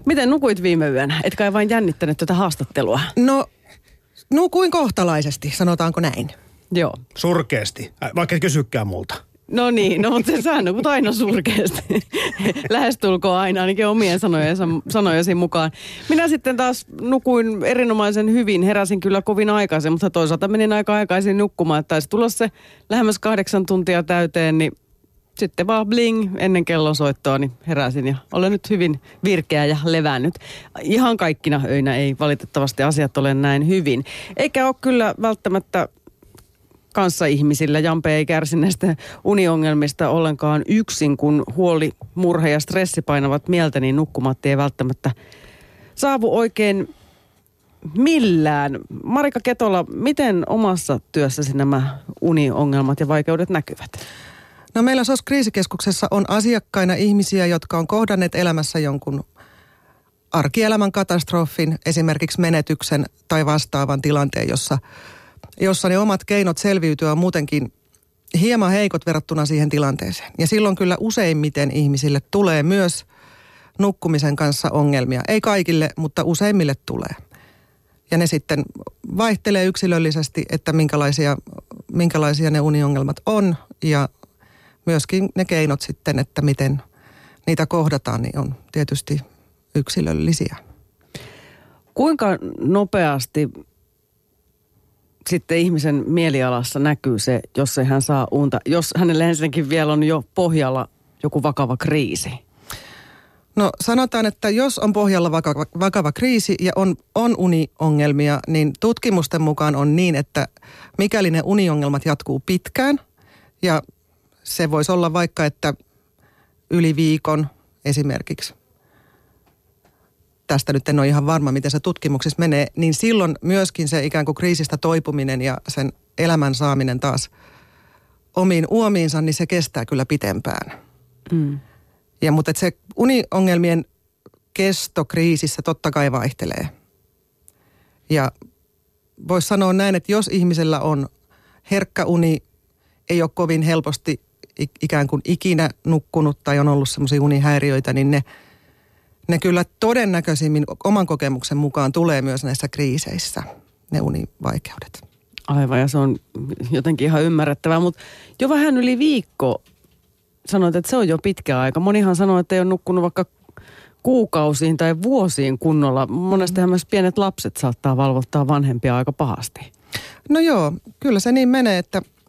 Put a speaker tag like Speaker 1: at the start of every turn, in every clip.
Speaker 1: Miten nukuit viime yönä? Etkä kai vain jännittänyt tätä haastattelua?
Speaker 2: No, nukuin kohtalaisesti, sanotaanko näin.
Speaker 1: Joo.
Speaker 3: Surkeasti, vaikka et kysykään multa.
Speaker 1: No niin, mutta sä nukut aina surkeasti. Lähestulkoon aina, ainakin omien sanojesi mukaan. Minä sitten taas nukuin erinomaisen hyvin. Heräsin kyllä kovin aikaisin, mutta toisaalta menin aika aikaisin nukkumaan. Että taisi tulla se lähemmäs 8 tuntia täyteen, niin sitten vaan bling ennen kellosoittoa, niin heräsin ja olen nyt hyvin virkeä ja levännyt. Ihan kaikkina öinä ei valitettavasti asiat ole näin hyvin. Eikä ole kyllä välttämättä kanssaihmisillä. Jampe ei kärsi näistä uniongelmista ollenkaan yksin, kun huoli, murhe ja stressi painavat mieltä, niin nukkumatti ei välttämättä saavu oikein millään. Marika Ketola, miten omassa työssäsi nämä uniongelmat ja vaikeudet näkyvät?
Speaker 2: No meillä SOS-kriisikeskuksessa on asiakkaina ihmisiä, jotka on kohdanneet elämässä jonkun arkielämän katastrofin, esimerkiksi menetyksen tai vastaavan tilanteen, jossa ne omat keinot selviytyä on muutenkin hieman heikot verrattuna siihen tilanteeseen. Ja silloin kyllä useimmiten ihmisille tulee myös nukkumisen kanssa ongelmia. Ei kaikille, mutta useimmille tulee. Ja ne sitten vaihtelee yksilöllisesti, että minkälaisia ne uniongelmat on ja myöskin ne keinot sitten, että miten niitä kohdataan, niin on tietysti yksilöllisiä.
Speaker 1: Kuinka nopeasti sitten ihmisen mielialassa näkyy se, jos ei hän saa unta, jos hänelle ensinnäkin vielä on jo pohjalla joku vakava kriisi?
Speaker 2: No sanotaan, että jos on pohjalla vakava kriisi ja on uniongelmia, niin tutkimusten mukaan on niin, että mikäli ne uniongelmat jatkuu pitkään ja se voisi olla vaikka, että yli viikon esimerkiksi, tästä nyt en ole ihan varma, miten se tutkimuksessa menee, niin silloin myöskin se ikään kuin kriisistä toipuminen ja sen elämän saaminen taas omiin uomiinsa, niin se kestää kyllä pitempään. Ja mutta se uniongelmien kesto kriisissä totta kai vaihtelee. Ja voisi sanoa näin, että jos ihmisellä on herkkä uni, ei ole kovin helposti ikään kuin ikinä nukkunut tai on ollut semmoisia unihäiriöitä, niin ne kyllä todennäköisimmin oman kokemuksen mukaan tulee myös näissä kriiseissä, ne univaikeudet.
Speaker 1: Aivan, ja se on jotenkin ihan ymmärrettävää, mutta jo vähän yli viikko sanoit, että se on jo pitkä aika. Monihan sanoo, että ei ole nukkunut vaikka kuukausiin tai vuosiin kunnolla. Monestihan myös pienet lapset saattaa valvottaa vanhempia aika pahasti.
Speaker 2: No joo, kyllä se niin menee,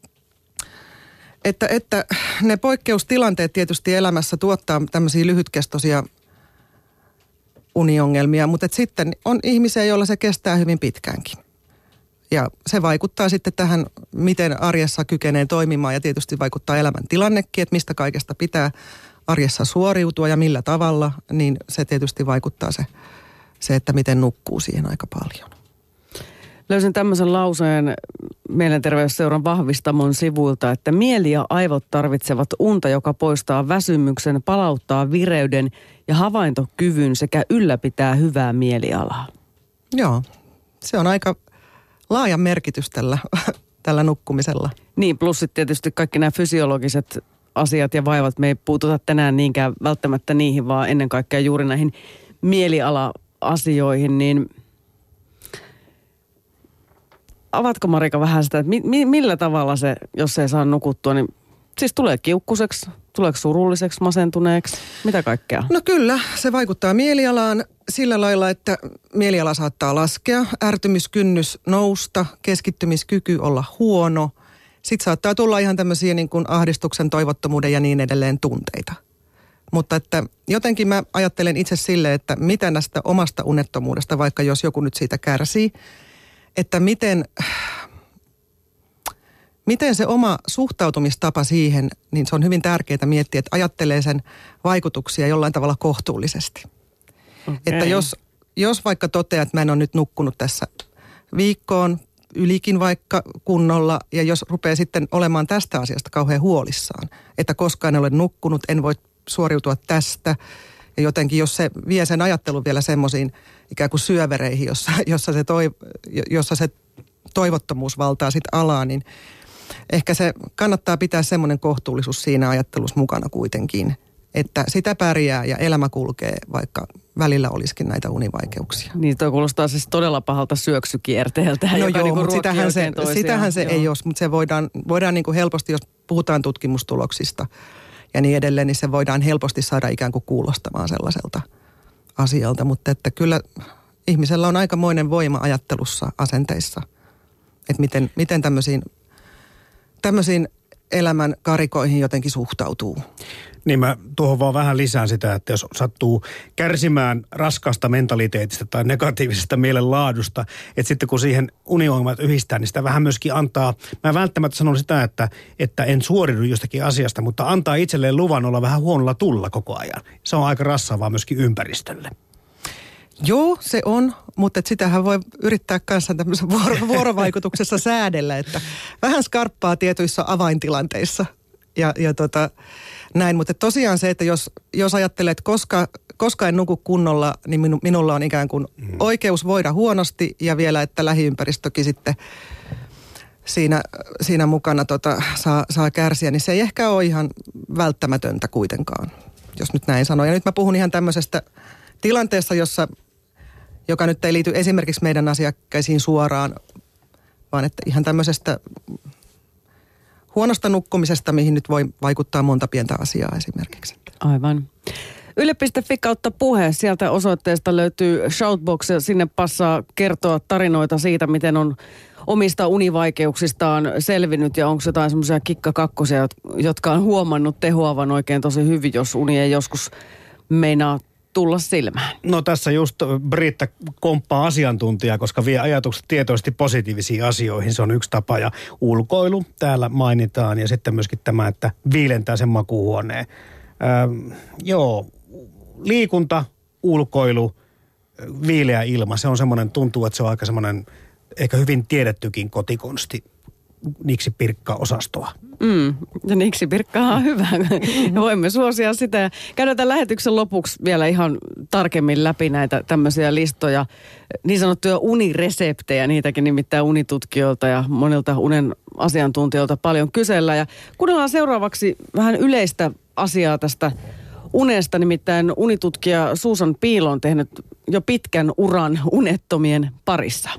Speaker 2: että ne poikkeustilanteet tietysti elämässä tuottaa tämmöisiä lyhytkestoisia uniongelmia, mutta sitten on ihmisiä, joilla se kestää hyvin pitkäänkin. Ja se vaikuttaa sitten tähän, miten arjessa kykenee toimimaan ja tietysti vaikuttaa elämäntilannekin, että mistä kaikesta pitää arjessa suoriutua ja millä tavalla, niin se tietysti vaikuttaa se että miten nukkuu siihen aika paljon.
Speaker 1: Löysin tämmöisen lauseen Mielenterveysseuran Vahvistamon sivuilta, että mieli ja aivot tarvitsevat unta, joka poistaa väsymyksen, palauttaa vireyden ja havaintokyvyn sekä ylläpitää hyvää mielialaa. Joo,
Speaker 2: se on aika laaja merkitys tällä nukkumisella.
Speaker 1: Niin, plus sitten tietysti kaikki nämä fysiologiset asiat ja vaivat. Me ei puututa tänään niinkään välttämättä niihin, vaan ennen kaikkea juuri näihin mieliala-asioihin, niin avatko Marika vähän sitä, että millä tavalla se, jos ei saa nukuttua, niin siis tulee kiukkuseksi, tuleeko surulliseksi, masentuneeksi, mitä kaikkea?
Speaker 2: No kyllä, se vaikuttaa mielialaan sillä lailla, että mieliala saattaa laskea, ärtymiskynnys nousta, keskittymiskyky olla huono. Sitten saattaa tulla ihan tämmöisiä niin kuin ahdistuksen, toivottomuuden ja niin edelleen tunteita. Mutta että jotenkin mä ajattelen itse silleen, että mitä näistä omasta unettomuudesta, vaikka jos joku nyt siitä kärsii, että miten se oma suhtautumistapa siihen, niin se on hyvin tärkeää miettiä, että ajattelee sen vaikutuksia jollain tavalla kohtuullisesti. Okay. Että jos vaikka toteaa, että mä en ole nyt nukkunut tässä viikkoon, ylikin vaikka kunnolla, ja jos rupeaa sitten olemaan tästä asiasta kauhean huolissaan, että koskaan en ole nukkunut, en voi suoriutua tästä, ja jotenkin jos se vie sen ajattelun vielä semmoisiin ikään kuin syövereihin, jossa se toivottomuus valtaa sitten alaa, niin ehkä se kannattaa pitää semmoinen kohtuullisuus siinä ajattelussa mukana kuitenkin, että sitä pärjää ja elämä kulkee vaikka välillä olisikin näitä univaikeuksia.
Speaker 1: Niin, toi kuulostaa siis todella pahalta syöksykierteeltä.
Speaker 2: No
Speaker 1: joka
Speaker 2: joo,
Speaker 1: niin
Speaker 2: mutta sitähän se ei ole, mutta se voidaan niin kuin helposti, jos puhutaan tutkimustuloksista ja niin edelleen, niin se voidaan helposti saada ikään kuin kuulostamaan sellaiselta asialta. Mutta että kyllä ihmisellä on aikamoinen voima ajattelussa, asenteissa, että miten tämmöisiin elämän karikoihin jotenkin suhtautuu.
Speaker 3: Niin mä tuohon vaan vähän lisään sitä, että jos sattuu kärsimään raskaasta mentaliteetista tai negatiivisesta mielenlaadusta, että sitten kun siihen uniongelmat yhdistää, niin sitä vähän myöskin antaa, mä välttämättä sanon sitä, että en suoriudu jostakin asiasta, mutta antaa itselleen luvan olla vähän huonolla tulla koko ajan. Se on aika rassaavaa myöskin ympäristölle.
Speaker 2: Joo, se on, mutta sitähän voi yrittää kanssa tämmöisessä vuorovaikutuksessa säädellä, että vähän skarppaa tietyissä avaintilanteissa ja näin. Mutta tosiaan se, että jos ajattelee, että koska en nuku kunnolla, niin minulla on ikään kuin oikeus voida huonosti ja vielä, että lähiympäristökin sitten siinä mukana saa kärsiä, niin se ei ehkä ole ihan välttämätöntä kuitenkaan, jos nyt näin sanoo. Ja nyt mä puhun ihan tämmöisestä tilanteessa, joka nyt ei liity esimerkiksi meidän asiakkaisiin suoraan, vaan että ihan tämmöisestä huonosta nukkumisesta, mihin nyt voi vaikuttaa monta pientä asiaa esimerkiksi.
Speaker 1: Aivan. Yle.fi/puhe, sieltä osoitteesta löytyy shoutbox ja sinne passaa kertoa tarinoita siitä, miten on omista univaikeuksistaan selvinnyt ja onko jotain semmoisia kikkakakkosia, jotka on huomannut tehoavan oikein tosi hyvin, jos uni ei joskus meinaa tulla silmään.
Speaker 3: No tässä just Britta komppaa asiantuntijaa, koska vie ajatukset tietoisesti positiivisiin asioihin. Se on yksi tapa ja ulkoilu täällä mainitaan ja sitten myöskin tämä, että viilentää sen makuuhuoneen. Liikunta, ulkoilu, viileä ilma, se on semmoinen, tuntuu, että se on aika semmoinen ehkä hyvin tiedettykin kotikonsti. Niksi Pirkka-osastoa.
Speaker 1: Ja Niksi Pirkka on hyvä. Voimme suosia sitä. Käydään tämän lähetyksen lopuksi vielä ihan tarkemmin läpi näitä tämmöisiä listoja. Niin sanottuja unireseptejä, niitäkin nimittäin unitutkijoilta ja monilta unen asiantuntijoilta paljon kysellä. Ja kuunnellaan seuraavaksi vähän yleistä asiaa tästä unesta. Nimittäin unitutkija Susan Peel on tehnyt jo pitkän uran unettomien parissa.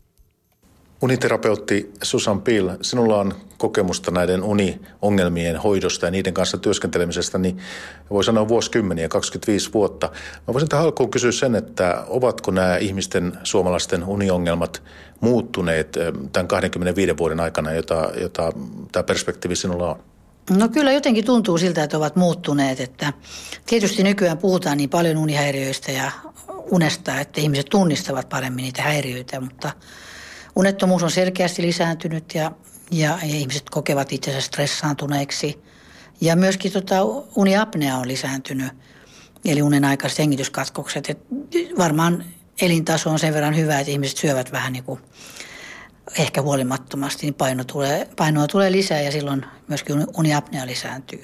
Speaker 4: Uniterapeutti Susan Peel, sinulla on kokemusta näiden uniongelmien hoidosta ja niiden kanssa työskentelemisestä, niin voi sanoa vuosikymmeniä, 25 vuotta. Mä voisin tähän alkuun kysyä sen, että ovatko nämä suomalaisten uniongelmat muuttuneet tämän 25 vuoden aikana, jota tämä perspektiivi sinulla on?
Speaker 5: No kyllä jotenkin tuntuu siltä, että ovat muuttuneet. Että tietysti nykyään puhutaan niin paljon unihäiriöistä ja unesta, että ihmiset tunnistavat paremmin niitä häiriöitä, mutta unettomuus on selkeästi lisääntynyt ja ihmiset kokevat itsensä stressaantuneeksi. Ja myöskin uniapnea on lisääntynyt, eli unen aikaiset hengityskatkokset. Et varmaan elintaso on sen verran hyvä, että ihmiset syövät vähän niin kuin ehkä huolimattomasti, niin painoa tulee lisää ja silloin myöskin uniapnea lisääntyy.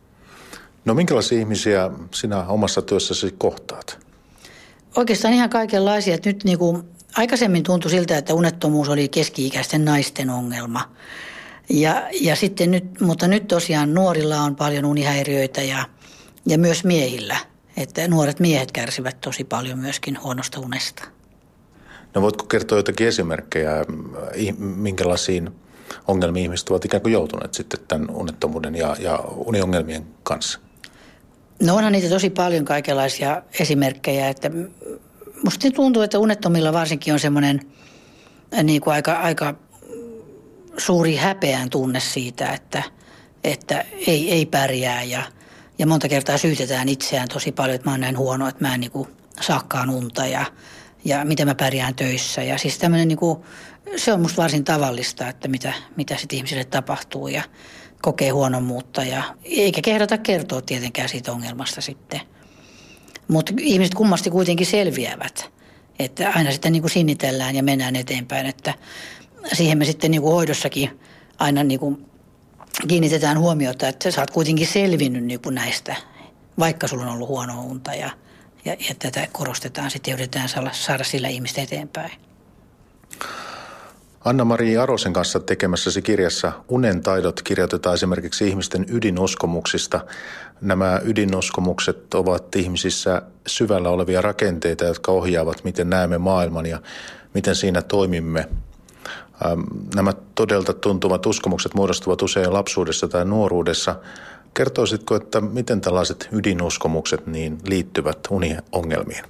Speaker 4: No minkälaisia ihmisiä sinä omassa työssäsi kohtaat? Oikeastaan
Speaker 5: ihan kaikenlaisia. Että nyt niin kuin aikaisemmin tuntui siltä, että unettomuus oli keski-ikäisten naisten ongelma. Ja sitten mutta nyt tosiaan nuorilla on paljon unihäiriöitä ja myös miehillä. Että nuoret miehet kärsivät tosi paljon myöskin huonosta unesta.
Speaker 4: No voitko kertoa jotakin esimerkkejä, minkälaisiin ongelmiin ihmiset ovat ikään kuin joutuneet sitten tämän unettomuuden ja uniongelmien kanssa?
Speaker 5: No onhan niitä tosi paljon kaikenlaisia esimerkkejä, että musta tuntuu, että unettomilla varsinkin on semmoinen niin kuin aika suuri häpeän tunne siitä, että ei pärjää ja monta kertaa syytetään itseään tosi paljon, että mä oon näin huono, että mä en niin kuin saakaan unta ja miten mä pärjään töissä. Ja siis tämmöinen niin kuin, se on musta varsin tavallista, että mitä sitten ihmisille tapahtuu ja kokee huonommuutta eikä kehdata kertoa tietenkään siitä ongelmasta sitten. Mutta ihmiset kummasti kuitenkin selviävät, että aina sitten niin kuin sinnitellään ja mennään eteenpäin, että siihen me sitten niin kuin hoidossakin aina niin kuin kiinnitetään huomiota, että sä oot kuitenkin selvinnyt niin kuin näistä, vaikka sulla on ollut huonoa unta ja tätä korostetaan sitten ja yritetään saada sillä ihmistä eteenpäin.
Speaker 4: Anna-Mari Arosen kanssa tekemässäsi kirjassa Unen taidot kirjoitetaan esimerkiksi ihmisten ydinuskomuksista. Nämä ydinoskomukset ovat ihmisissä syvällä olevia rakenteita, jotka ohjaavat, miten näemme maailman ja miten siinä toimimme. Nämä todelta tuntuvat uskomukset muodostuvat usein lapsuudessa tai nuoruudessa. Kertoisitko, että miten tällaiset ydinuskomukset niin liittyvät uniongelmiin?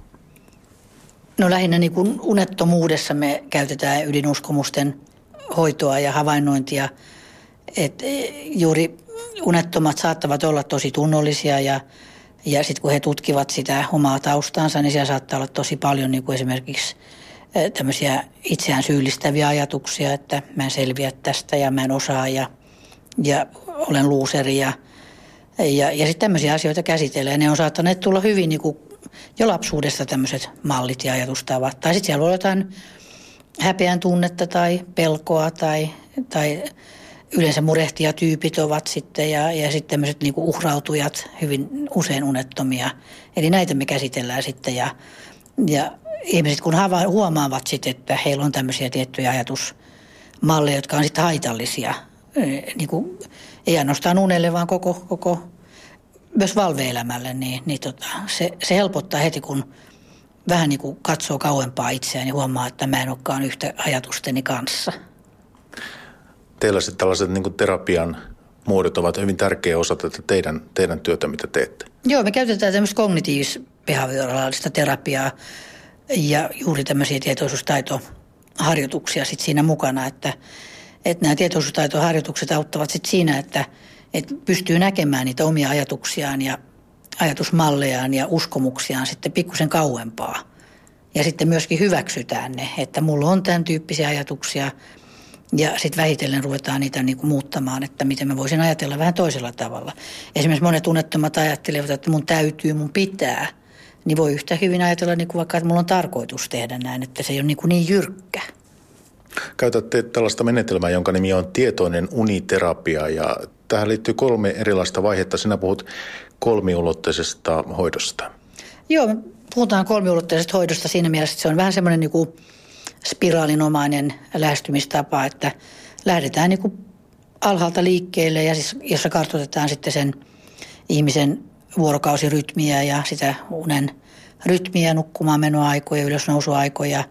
Speaker 5: No lähinnä niin kuin unettomuudessa me käytetään ydinuskomusten hoitoa ja havainnointia. Et juuri unettomat saattavat olla tosi tunnollisia ja sitten kun he tutkivat sitä omaa taustaansa, niin siellä saattaa olla tosi paljon niin kuin esimerkiksi tämmöisiä itseään syyllistäviä ajatuksia, että mä en selviä tästä ja mä en osaa ja olen luuseri ja sitten tämmöisiä asioita käsitellään. Ne on saattaneet tulla hyvin niin kuin jo lapsuudesta tämmöiset mallit ja ajatustavat. Tai sitten siellä voi olla jotain häpeän tunnetta tai pelkoa tai yleensä murehtijatyypit ovat sitten ja sitten tämmöiset niin kuin uhrautujat hyvin usein unettomia. Eli näitä me käsitellään sitten ja ihmiset kun huomaavat sitten, että heillä on tämmöisiä tiettyjä ajatusmalleja, jotka on sitten haitallisia, niin kuin, ei ainoastaan unelle, vaan koko myös valveelämälle, niin se helpottaa heti, kun vähän niin kuin katsoo kauempaa itseään ja huomaa, että mä en olekaan yhtä ajatusteni kanssa.
Speaker 4: Teillä sitten tällaiset niin kuin terapian muodot ovat hyvin tärkeä osa tätä teidän työtä, mitä teette. Joo,
Speaker 5: me käytetään tämmöistä kognitiivis-behavioraalista terapiaa ja juuri tämmöisiä tietoisuustaitoharjoituksia sitten siinä mukana, että nämä tietoisuustaitoharjoitukset auttavat sitten siinä, että pystyy näkemään niitä omia ajatuksiaan ja ajatusmallejaan ja uskomuksiaan sitten pikkusen kauempaa. Ja sitten myöskin hyväksytään ne, että mulla on tämän tyyppisiä ajatuksia ja sitten vähitellen ruvetaan niitä niin kuin muuttamaan, että miten mä voisin ajatella vähän toisella tavalla. Esimerkiksi monet tunnettomat ajattelevat, että mun täytyy, mun pitää, niin voi yhtä hyvin ajatella niin kuin vaikka, että mulla on tarkoitus tehdä näin, että se ei ole niin jyrkkä.
Speaker 4: Käytätte tällaista menetelmää, jonka nimi on tietoinen uniterapia ja tähän liittyy 3 erilaista vaihetta. Sinä puhut kolmiulotteisesta hoidosta. Joo, me
Speaker 5: puhutaan kolmiulotteisesta hoidosta siinä mielessä, että se on vähän semmoinen niin kuin spiraalinomainen lähestymistapa, että lähdetään niin kuin alhaalta liikkeelle ja siis, jossa kartoitetaan sitten sen ihmisen vuorokausirytmiä ja sitä unen rytmiä, nukkumaan menoaikoja, ylösnousuaikoja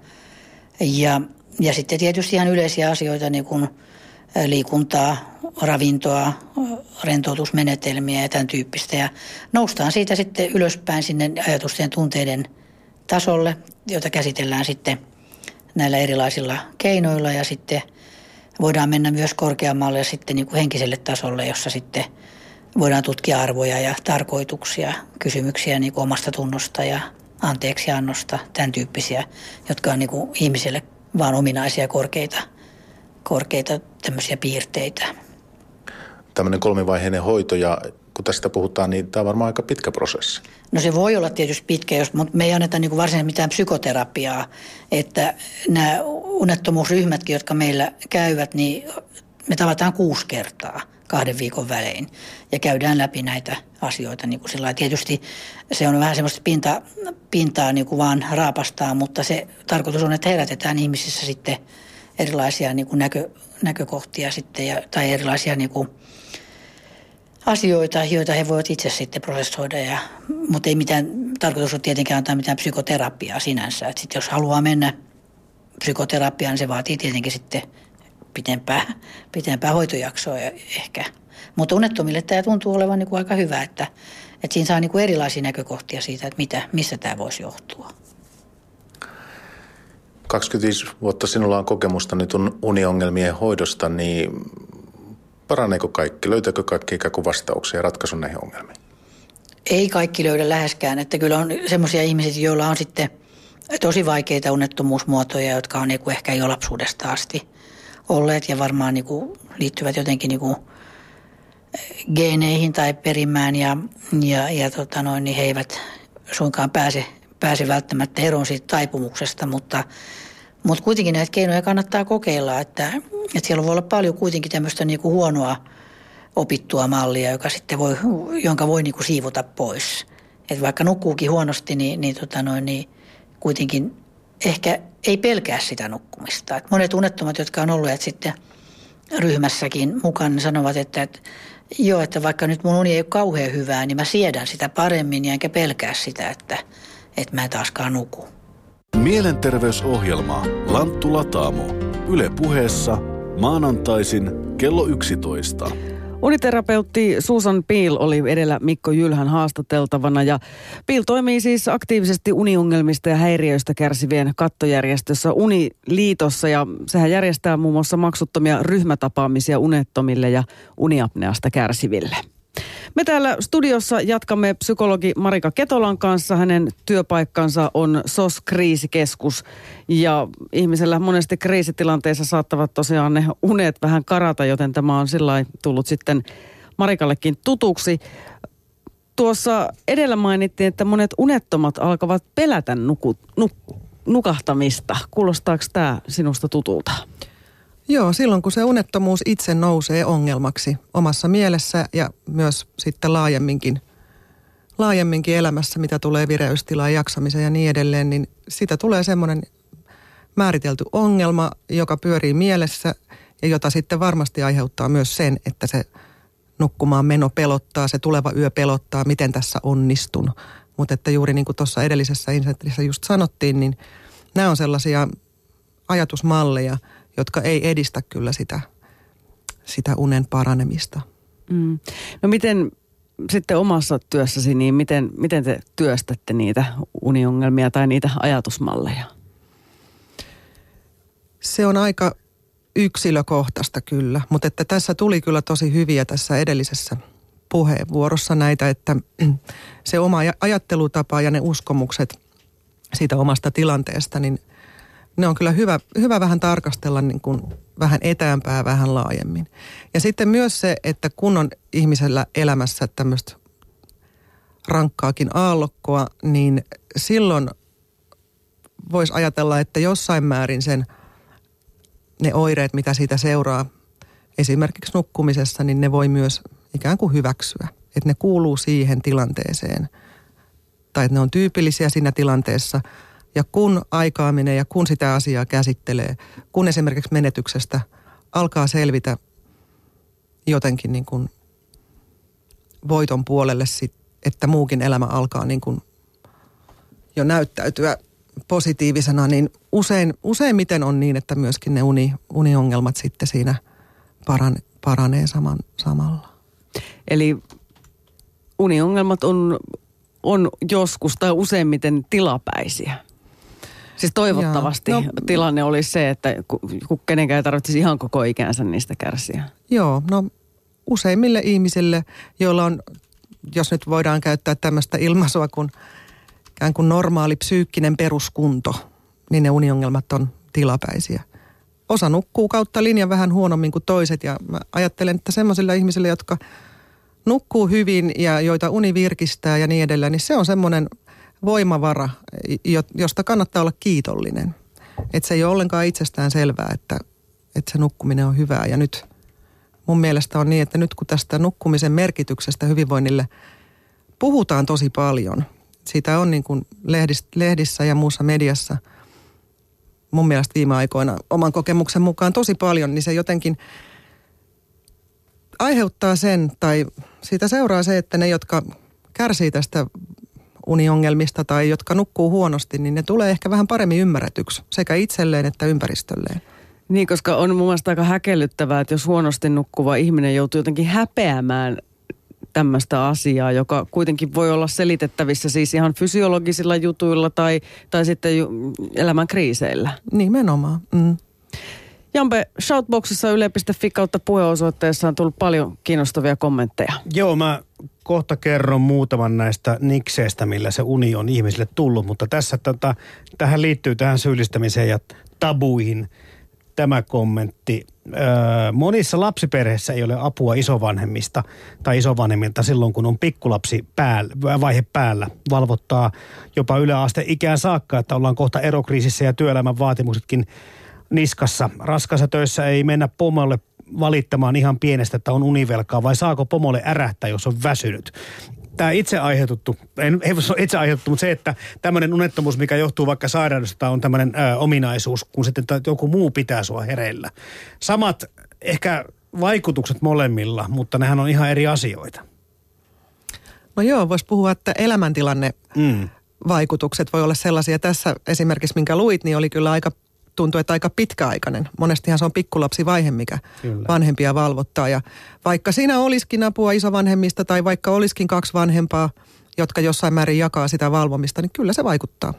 Speaker 5: ja sitten tietysti ihan yleisiä asioita niin kuin liikuntaa, ravintoa, rentoutusmenetelmiä ja tämän tyyppistä. Ja noustaan siitä sitten ylöspäin sinne ajatusten ja tunteiden tasolle, jota käsitellään sitten näillä erilaisilla keinoilla. Ja sitten voidaan mennä myös korkeammalle sitten niin kuin henkiselle tasolle, jossa sitten voidaan tutkia arvoja ja tarkoituksia, kysymyksiä niin kuin omasta tunnosta ja anteeksiannosta, tämän tyyppisiä, jotka on niin kuin ihmiselle vaan ominaisia korkeita tämmöisiä piirteitä.
Speaker 4: Tämmöinen 3-vaiheinen hoito ja kun tästä puhutaan, niin tämä on varmaan aika pitkä prosessi.
Speaker 5: No se voi olla tietysti pitkä, mutta me ei anneta niin kuin varsinaisesti mitään psykoterapiaa. Että nämä unettomuusryhmätkin, jotka meillä käyvät, niin me tavataan 6 kertaa 2 viikon välein. Ja käydään läpi näitä asioita niin kuin sillä lailla. Tietysti se on vähän semmoista pintaa niin kuin vaan raapastaa, mutta se tarkoitus on, että herätetään ihmisissä sitten erilaisia niin kuin näkökohtia sitten tai erilaisia niin kuin asioita, joita he voivat itse sitten prosessoida. Mutta ei mitään tarkoitus ole tietenkään antaa mitään psykoterapiaa sinänsä. Et sit jos haluaa mennä psykoterapiaan, niin se vaatii tietenkin sitten pitempää hoitojaksoa ehkä. Mutta unettomille tämä tuntuu olevan niin kuin aika hyvä, että siinä saa niin kuin erilaisia näkökohtia siitä, että missä tämä voisi johtua.
Speaker 4: 25 vuotta sinulla on kokemusta nyt uniongelmien hoidosta, niin paraneeko kaikki? Löytääkö kaikki ikään kuin vastauksia ja ratkaisun näihin ongelmiin?
Speaker 5: Ei kaikki löydä läheskään, että kyllä on semmoisia ihmisiä, joilla on sitten tosi vaikeita unettomuusmuotoja, jotka on niin kuin ehkä jo lapsuudesta asti olleet ja varmaan niin kuin liittyvät jotenkin niin kuin geeneihin tai perimään niin he eivät suinkaan pääse välttämättä eroon siitä taipumuksesta, mutta kuitenkin näitä keinoja kannattaa kokeilla, että siellä voi olla paljon kuitenkin tämmöistä niin kuin huonoa opittua mallia, jonka voi niin kuin siivota pois. Että vaikka nukkuukin huonosti, niin kuitenkin ehkä ei pelkää sitä nukkumista. Et monet unettomat, jotka on olleet sitten ryhmässäkin mukaan, niin sanovat, että vaikka nyt mun uni ei ole kauhean hyvää, niin mä siedän sitä paremmin ja enkä pelkää sitä, että mä en taaskaan nuku.
Speaker 6: Mielenterveysohjelma Lanttula Taamo. Yle Puheessa maanantaisin kello 11.
Speaker 1: Uniterapeutti Susan Peel oli edellä Mikko Jylhän haastateltavana ja Peel toimii siis aktiivisesti uniongelmista ja häiriöistä kärsivien kattojärjestössä Uniliitossa ja sehän järjestää muun muassa maksuttomia ryhmätapaamisia unettomille ja uniapneasta kärsiville. Me täällä studiossa jatkamme psykologi Marika Ketolan kanssa. Hänen työpaikkansa on SOS-kriisikeskus ja ihmisellä monesti kriisitilanteessa saattavat tosiaan ne unet vähän karata, joten tämä on sillä tullut sitten Marikallekin tutuksi. Tuossa edellä mainittiin, että monet unettomat alkavat pelätä nukahtamista. Kuulostaako tämä sinusta tutulta?
Speaker 2: Joo, silloin kun se unettomuus itse nousee ongelmaksi omassa mielessä ja myös sitten laajemminkin elämässä, mitä tulee vireystilaan, jaksamiseen ja niin edelleen, niin sitä tulee semmoinen määritelty ongelma, joka pyörii mielessä ja jota sitten varmasti aiheuttaa myös sen, että se nukkumaan meno pelottaa, se tuleva yö pelottaa, miten tässä onnistun. Mutta että juuri niin kuin tuossa edellisessä insertissä just sanottiin, niin nämä on sellaisia ajatusmalleja, jotka ei edistä kyllä sitä unen paranemista.
Speaker 1: No miten sitten omassa työssäsi, niin miten te työstätte niitä uniongelmia tai niitä ajatusmalleja?
Speaker 2: Se on aika yksilökohtaista kyllä, mutta että tässä tuli kyllä tosi hyviä tässä edellisessä puheenvuorossa näitä, että se oma ajattelutapa ja ne uskomukset siitä omasta tilanteesta, niin ne on kyllä hyvä vähän tarkastella niin kuin vähän etäämpää, vähän laajemmin. Ja sitten myös se, että kun on ihmisellä elämässä tämmöistä rankkaakin aallokkoa, niin silloin voisi ajatella, että jossain määrin ne oireet, mitä siitä seuraa esimerkiksi nukkumisessa, niin ne voi myös ikään kuin hyväksyä. Että ne kuuluu siihen tilanteeseen tai että ne on tyypillisiä siinä tilanteessa. Ja kun aikaa menee ja kun sitä asiaa käsittelee, kun esimerkiksi menetyksestä alkaa selvitä jotenkin niin kuin voiton puolelle, että muukin elämä alkaa niin kuin jo näyttäytyä positiivisena, niin useimmiten on niin, että myöskin ne uniongelmat sitten siinä paranee samalla.
Speaker 1: Eli uniongelmat on joskus tai useimmiten tilapäisiä. Siis toivottavasti tilanne olisi se, että kun kenenkään ei tarvitsisi ihan koko ikänsä niistä kärsiä.
Speaker 2: Joo, no useimmille ihmisille, joilla on, jos nyt voidaan käyttää tämmöistä ilmaisua kuin ikään kuin normaali psyykkinen peruskunto, niin ne uniongelmat on tilapäisiä. Osa nukkuu kautta linjan vähän huonommin kuin toiset ja mä ajattelen, että semmoisilla ihmisillä, jotka nukkuu hyvin ja joita uni virkistää ja niin edelleen, niin se on semmoinen voimavara, josta kannattaa olla kiitollinen. Että se ei ole ollenkaan itsestään selvää, että se nukkuminen on hyvää. Ja nyt mun mielestä on niin, että nyt kun tästä nukkumisen merkityksestä hyvinvoinnille puhutaan tosi paljon, siitä on niin kuin lehdissä ja muussa mediassa mun mielestä viime aikoina oman kokemuksen mukaan tosi paljon, niin se jotenkin aiheuttaa sen, tai siitä seuraa se, että ne, jotka kärsii tästä uniongelmista tai jotka nukkuu huonosti, niin ne tulee ehkä vähän paremmin ymmärretyksi sekä itselleen että ympäristölleen.
Speaker 1: Niin, koska on mun mielestä aika häkellyttävää, että jos huonosti nukkuva ihminen joutuu jotenkin häpeämään tämmöistä asiaa, joka kuitenkin voi olla selitettävissä siis ihan fysiologisilla jutuilla tai sitten elämän kriiseillä.
Speaker 2: Nimenomaan.
Speaker 1: Jampe, Shoutboxissa yle.fi kautta puheenosoitteessa on tullut paljon kiinnostavia kommentteja.
Speaker 3: Joo, mä kohta kerron muutaman näistä nikseistä, millä se uni on ihmisille tullut, mutta tässä tähän liittyy tähän syyllistämiseen ja tabuihin tämä kommentti. Monissa lapsiperheissä ei ole apua isovanhemmista tai isovanhemmilta silloin, kun on pikkulapsi vaihe päällä. Valvottaa jopa yläasteikään saakka, että ollaan kohta erokriisissä ja työelämän vaatimuksetkin niskassa. Raskaassa töissä ei mennä pomolle valittamaan ihan pienestä, että on univelkaa, vai saako pomolle ärähtää, jos on väsynyt. tämä itse aiheutettu, ei voi olla itse aiheutettu, mutta se, että tämmöinen unettomuus, mikä johtuu vaikka sairaudesta, on tämmöinen ominaisuus, kun sitten joku muu pitää sua hereillä. Samat ehkä vaikutukset molemmilla, mutta nehän on ihan eri asioita.
Speaker 2: No joo, voisi puhua, että elämäntilanne vaikutukset voi olla sellaisia. Tässä esimerkiksi, minkä luit, niin oli kyllä tuntuu, että aika pitkäaikainen. Monestihan se on pikkulapsivaihe, mikä kyllä vanhempia valvottaa. Ja vaikka siinä olisikin apua isovanhemmista tai vaikka olisikin 2 vanhempaa, jotka jossain määrin jakaa sitä valvomista, niin kyllä se vaikuttaa.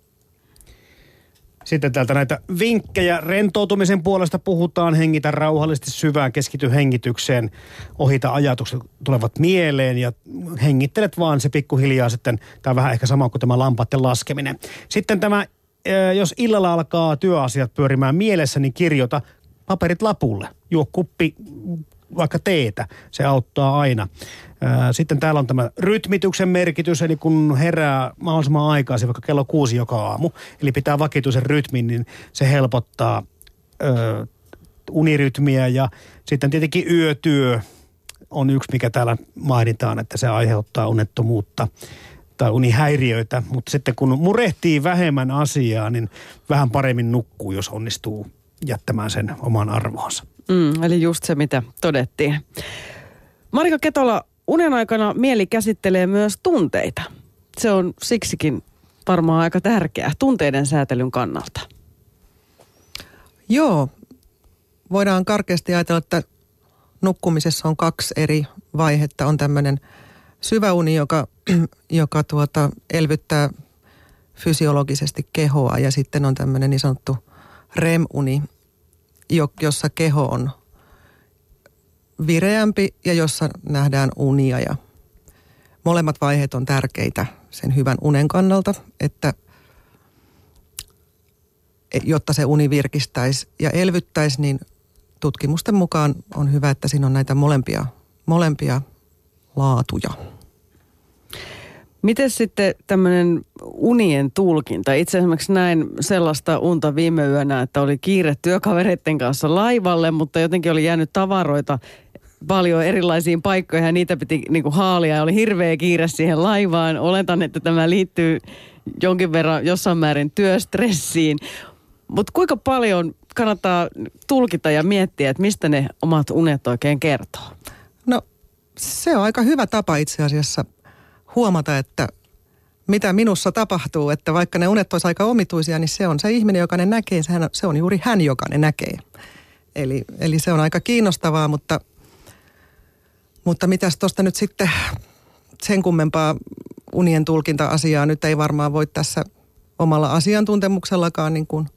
Speaker 3: Sitten täältä näitä vinkkejä rentoutumisen puolesta puhutaan. Hengitä rauhallisesti syvään, keskity hengitykseen, ohita ajatukset tulevat mieleen ja hengittelet vaan se pikkuhiljaa sitten. Tämä on vähän ehkä sama kuin tämä lampaiden laskeminen. Sitten tämä, jos illalla alkaa työasiat pyörimään mielessä, niin kirjoita paperit lapulle. Juo kuppi vaikka teetä, se auttaa aina. Sitten täällä on tämä rytmityksen merkitys, eli kun herää mahdollisimman aikaisin, vaikka kello 6 joka aamu, eli pitää vakituisen rytmin, niin se helpottaa unirytmiä. Ja sitten tietenkin yötyö on yksi, mikä täällä mainitaan, että se aiheuttaa unettomuutta tai unihäiriöitä. Mutta sitten kun murehtii vähemmän asiaa, niin vähän paremmin nukkuu, jos onnistuu jättämään sen oman arvoonsa.
Speaker 1: Eli just se, mitä todettiin. Marika Ketola, unen aikana mieli käsittelee myös tunteita. Se on siksikin varmaan aika tärkeää tunteiden säätelyn kannalta.
Speaker 2: Joo, voidaan karkeasti ajatella, että nukkumisessa on 2 eri vaihetta. On tämmöinen syvä uni, joka elvyttää fysiologisesti kehoa, ja sitten on tämmöinen niin sanottu REM-uni, jossa keho on vireämpi ja jossa nähdään unia, ja molemmat vaiheet on tärkeitä sen hyvän unen kannalta, että jotta se uni virkistäisi ja elvyttäisi, niin tutkimusten mukaan on hyvä, että siinä on näitä molempia laatuja.
Speaker 1: Miten sitten tämmöinen unien tulkinta? Itse esimerkiksi näin sellaista unta viime yönä, että oli kiire työkavereiden kanssa laivalle, mutta jotenkin oli jäänyt tavaroita paljon erilaisiin paikkoihin ja niitä piti niinku haalia ja oli hirveä kiire siihen laivaan. Oletan, että tämä liittyy jonkin verran jossain määrin työstressiin. Mutta kuinka paljon kannattaa tulkita ja miettiä, että mistä ne omat unet oikein kertoo?
Speaker 2: No se on aika hyvä tapa itse asiassa huomata, että mitä minussa tapahtuu, että vaikka ne unet olisi aika omituisia, niin se on se ihminen, joka ne näkee, se on juuri hän, joka ne näkee. Eli se on aika kiinnostavaa, mutta mitäs tuosta nyt sitten sen kummempaa unien tulkinta-asiaa nyt ei varmaan voi tässä omalla asiantuntemuksellakaan niin kuin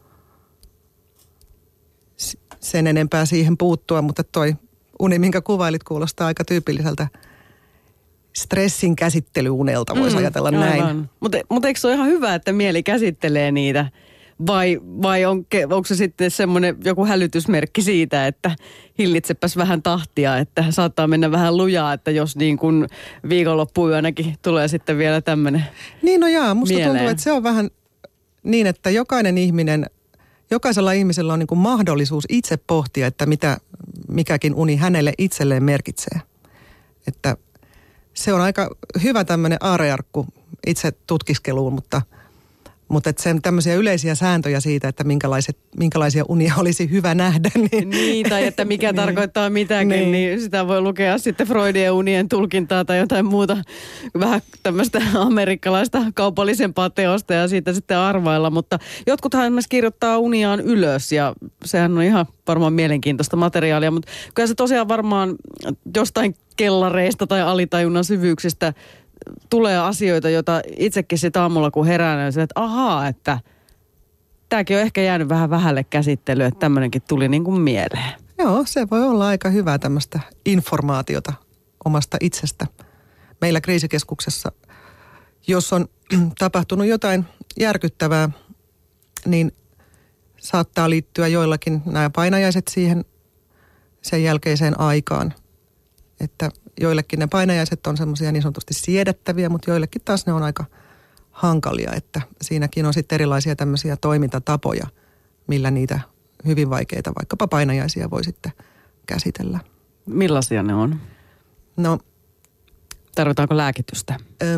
Speaker 2: sen enempää siihen puuttua, mutta toi uni, minkä kuvailit, kuulostaa aika tyypilliseltä stressin käsittelyunelta, voisi ajatella näin.
Speaker 1: Mutta eikö se ole ihan hyvä, että mieli käsittelee niitä? Vai onko se sitten semmoinen joku hälytysmerkki siitä, että hillitsepäs vähän tahtia, että saattaa mennä vähän lujaa, että jos niin kuin viikonloppuyönäkin tulee sitten vielä tämmöinen
Speaker 2: niin no jaa, musta tuntuu, että se on vähän niin, että jokaisella ihmisellä on niin kuin mahdollisuus itse pohtia, että mitä mikäkin uni hänelle itselleen merkitsee. Että se on aika hyvä tämmöinen aarrearkku itse tutkiskeluun, mutta että sen tämmöisiä yleisiä sääntöjä siitä, että minkälaisia unia olisi hyvä nähdä.
Speaker 1: Niin tai että mikä tarkoittaa mitäkin, niin sitä voi lukea sitten Freudien unien tulkintaa tai jotain muuta vähän tämmöistä amerikkalaista kaupallisempaa teosta ja siitä sitten arvailla. Mutta jotkuthan esimerkiksi kirjoittaa uniaan ylös ja sehän on ihan varmaan mielenkiintoista materiaalia, mutta kyllä se tosiaan varmaan jostain kellareista tai alitajunnan syvyyksistä tulee asioita, joita itsekin sitten aamulla kun herään, että ahaa, että tämäkin on ehkä jäänyt vähän vähälle käsittelyyn, että tämmöinenkin tuli niin kuin mieleen.
Speaker 2: Joo, se voi olla aika hyvää tämmöistä informaatiota omasta itsestä. Meillä kriisikeskuksessa, jos on tapahtunut jotain järkyttävää, niin saattaa liittyä joillakin nämä painajaiset siihen sen jälkeiseen aikaan, että joillekin ne painajaiset on semmoisia niin sanotusti siedettäviä, mutta joillekin taas ne on aika hankalia, että siinäkin on sitten erilaisia tämmöisiä toimintatapoja, millä niitä hyvin vaikeita, vaikkapa painajaisia voi sitten käsitellä.
Speaker 1: Millaisia ne on?
Speaker 2: No
Speaker 1: Tarvitaanko lääkitystä?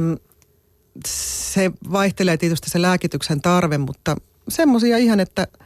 Speaker 2: Se vaihtelee tietysti se lääkityksen tarve, mutta semmoisia ihan,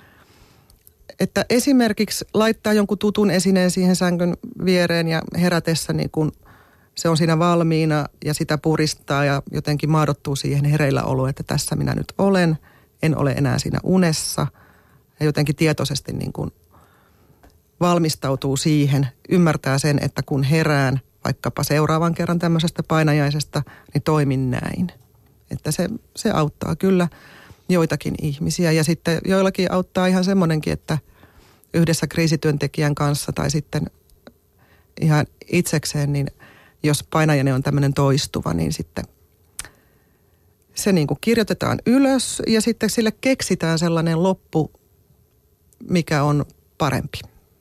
Speaker 2: että esimerkiksi laittaa jonkun tutun esineen siihen sängyn viereen ja herätessä niin kun se on siinä valmiina ja sitä puristaa ja jotenkin maadottuu siihen hereillä olo, että tässä minä nyt olen, en ole enää siinä unessa ja jotenkin tietoisesti niin kun valmistautuu siihen, ymmärtää sen, että kun herään vaikkapa seuraavan kerran tämmöisestä painajaisesta, niin toimin näin. Että se auttaa kyllä joitakin ihmisiä ja sitten joillakin auttaa ihan semmoinenkin, että yhdessä kriisityöntekijän kanssa tai sitten ihan itsekseen, niin jos painajane on tämmöinen toistuva, niin sitten se niin kuin kirjoitetaan ylös ja sitten sille keksitään sellainen loppu, mikä on parempi.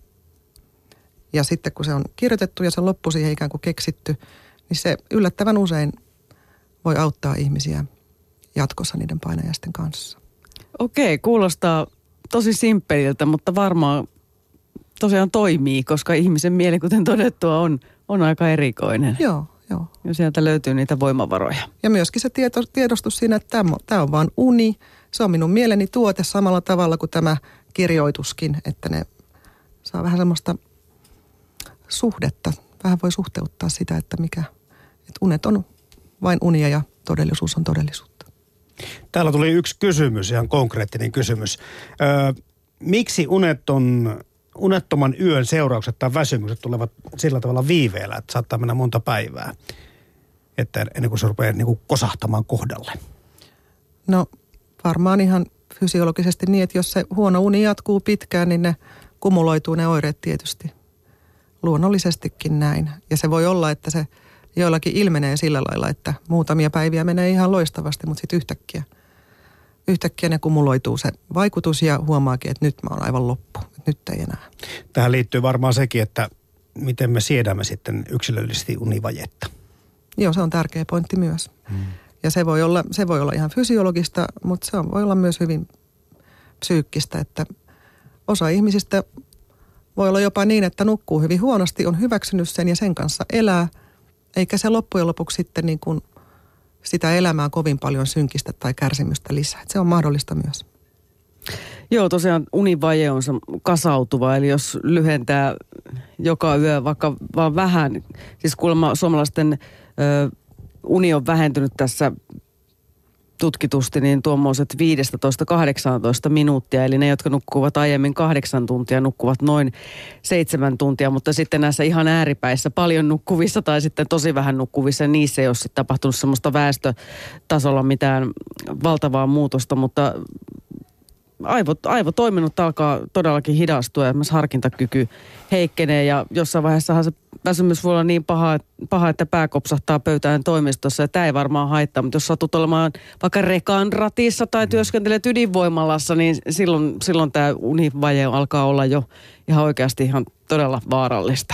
Speaker 2: Ja sitten kun se on kirjoitettu ja se loppu siihen ikään kuin keksitty, niin se yllättävän usein voi auttaa ihmisiä jatkossa niiden painajaisten kanssa.
Speaker 1: Okei, kuulostaa tosi simppeliltä, mutta varmaan tosiaan toimii, koska ihmisen mieli, kuten todettua, on aika erikoinen.
Speaker 2: Joo.
Speaker 1: Ja sieltä löytyy niitä voimavaroja.
Speaker 2: Ja myöskin se tiedostus siinä, että tämä on vaan uni. Se on minun mieleni tuote samalla tavalla kuin tämä kirjoituskin, että ne saa vähän semmoista suhdetta. Vähän voi suhteuttaa sitä, että unet on vain unia ja todellisuus on todellisuutta.
Speaker 3: Täällä tuli yksi kysymys, ihan konkreettinen kysymys. Miksi unettoman yön seuraukset tai väsymykset tulevat sillä tavalla viiveellä, että saattaa mennä monta päivää, että ennen kuin se rupeaa niin kuin kosahtamaan kohdalle?
Speaker 2: No varmaan ihan fysiologisesti niin, että jos se huono uni jatkuu pitkään, niin ne kumuloituu ne oireet tietysti. Luonnollisestikin näin. Ja se voi olla, että se joillakin ilmenee sillä lailla, että muutamia päiviä menee ihan loistavasti, mutta sitten yhtäkkiä ne kumuloituu se vaikutus ja huomaakin, että nyt mä oon aivan loppu. Nyt ei enää.
Speaker 3: Tähän liittyy varmaan sekin, että miten me siedämme sitten yksilöllisesti univajetta.
Speaker 2: Joo, se on tärkeä pointti myös. Ja se voi olla ihan fysiologista, mutta se voi olla myös hyvin psyykkistä, että osa ihmisistä voi olla jopa niin, että nukkuu hyvin huonosti, on hyväksynyt sen ja sen kanssa elää, eikä se loppujen lopuksi sitten niin kuin sitä elämää kovin paljon synkistä tai kärsimystä lisää. Se on mahdollista myös.
Speaker 1: Joo, tosiaan univaje on kasautuva, eli jos lyhentää joka yö vaikka vaan vähän, siis kuulemma suomalaisten uni on vähentynyt tässä tutkitusti, niin tuommoiset 15-18 minuuttia, eli ne, jotka nukkuvat aiemmin 8 tuntia, nukkuvat noin 7 tuntia, mutta sitten näissä ihan ääripäissä paljon nukkuvissa tai sitten tosi vähän nukkuvissa, niissä ei ole sitten tapahtunut semmoista väestötasolla mitään valtavaa muutosta, mutta aivotoiminnot alkaa todellakin hidastua ja myös harkintakyky heikkenee ja jossain vaiheessahan se väsymys voi olla niin paha, että pää kopsahtaa pöytään toimistossa ja tämä ei varmaan haittaa, mutta jos satut olemaan vaikka rekan ratissa tai työskentelet ydinvoimalassa, niin silloin tämä univaje alkaa olla jo ihan oikeasti ihan todella vaarallista.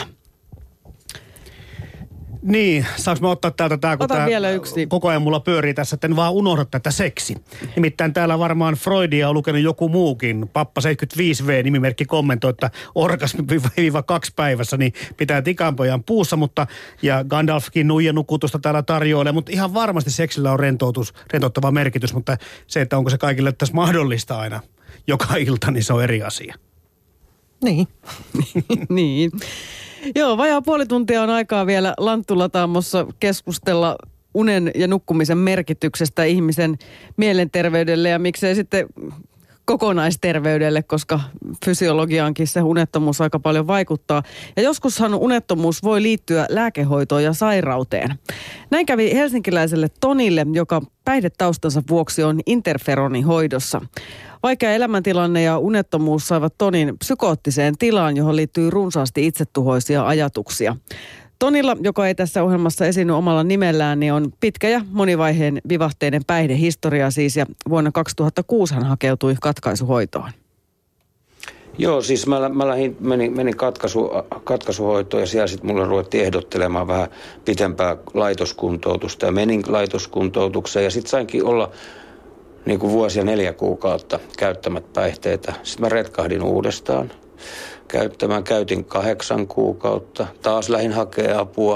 Speaker 3: Niin, saanko mä ottaa täältä tämä, kun tämä
Speaker 1: vielä yksi.
Speaker 3: Koko ajan mulla pyörii tässä, että en vaan unohda tätä seksi. Nimittäin täällä varmaan Freudia on lukenut joku muukin. Pappa 75V nimimerkki kommentoi, että orgasmi 2 päivässä, niin pitää tikanpojan puussa, ja Gandalfkin nuijan nukutusta täällä tarjoilee, mutta ihan varmasti seksillä on rentouttava merkitys, mutta se, että onko se kaikille tässä mahdollista aina joka ilta, niin se on eri asia.
Speaker 2: Niin.
Speaker 1: Niin. Joo, vajaa puoli tuntia on aikaa vielä Lanttulataamossa keskustella unen ja nukkumisen merkityksestä ihmisen mielenterveydelle ja miksei sitten kokonaisterveydelle, koska fysiologiaankin se unettomuus aika paljon vaikuttaa. Ja joskushan unettomuus voi liittyä lääkehoitoon ja sairauteen. Näin kävi helsinkiläiselle Tonille, joka päihdetaustansa vuoksi on interferonihoidossa. Vaikea elämäntilanne ja unettomuus saivat Tonin psykoottiseen tilaan, johon liittyy runsaasti itsetuhoisia ajatuksia. Tonilla, joka ei tässä ohjelmassa esiinny omalla nimellään, niin on pitkä ja monivaiheen vivahteinen päihdehistoria siis, ja vuonna 2006 hän hakeutui katkaisuhoitoon.
Speaker 7: Joo, siis mä menin katkaisuhoitoon ja siellä sitten mulle ruvettiin ehdottelemaan vähän pitempää laitoskuntoutusta ja menin laitoskuntoutukseen ja sitten sainkin olla niin kuin vuosia 4 kuukautta käyttämät päihteitä. Sitten mä retkahdin uudestaan käyttämään. Käytin 8 kuukautta. Taas lähdin hakemaan apua.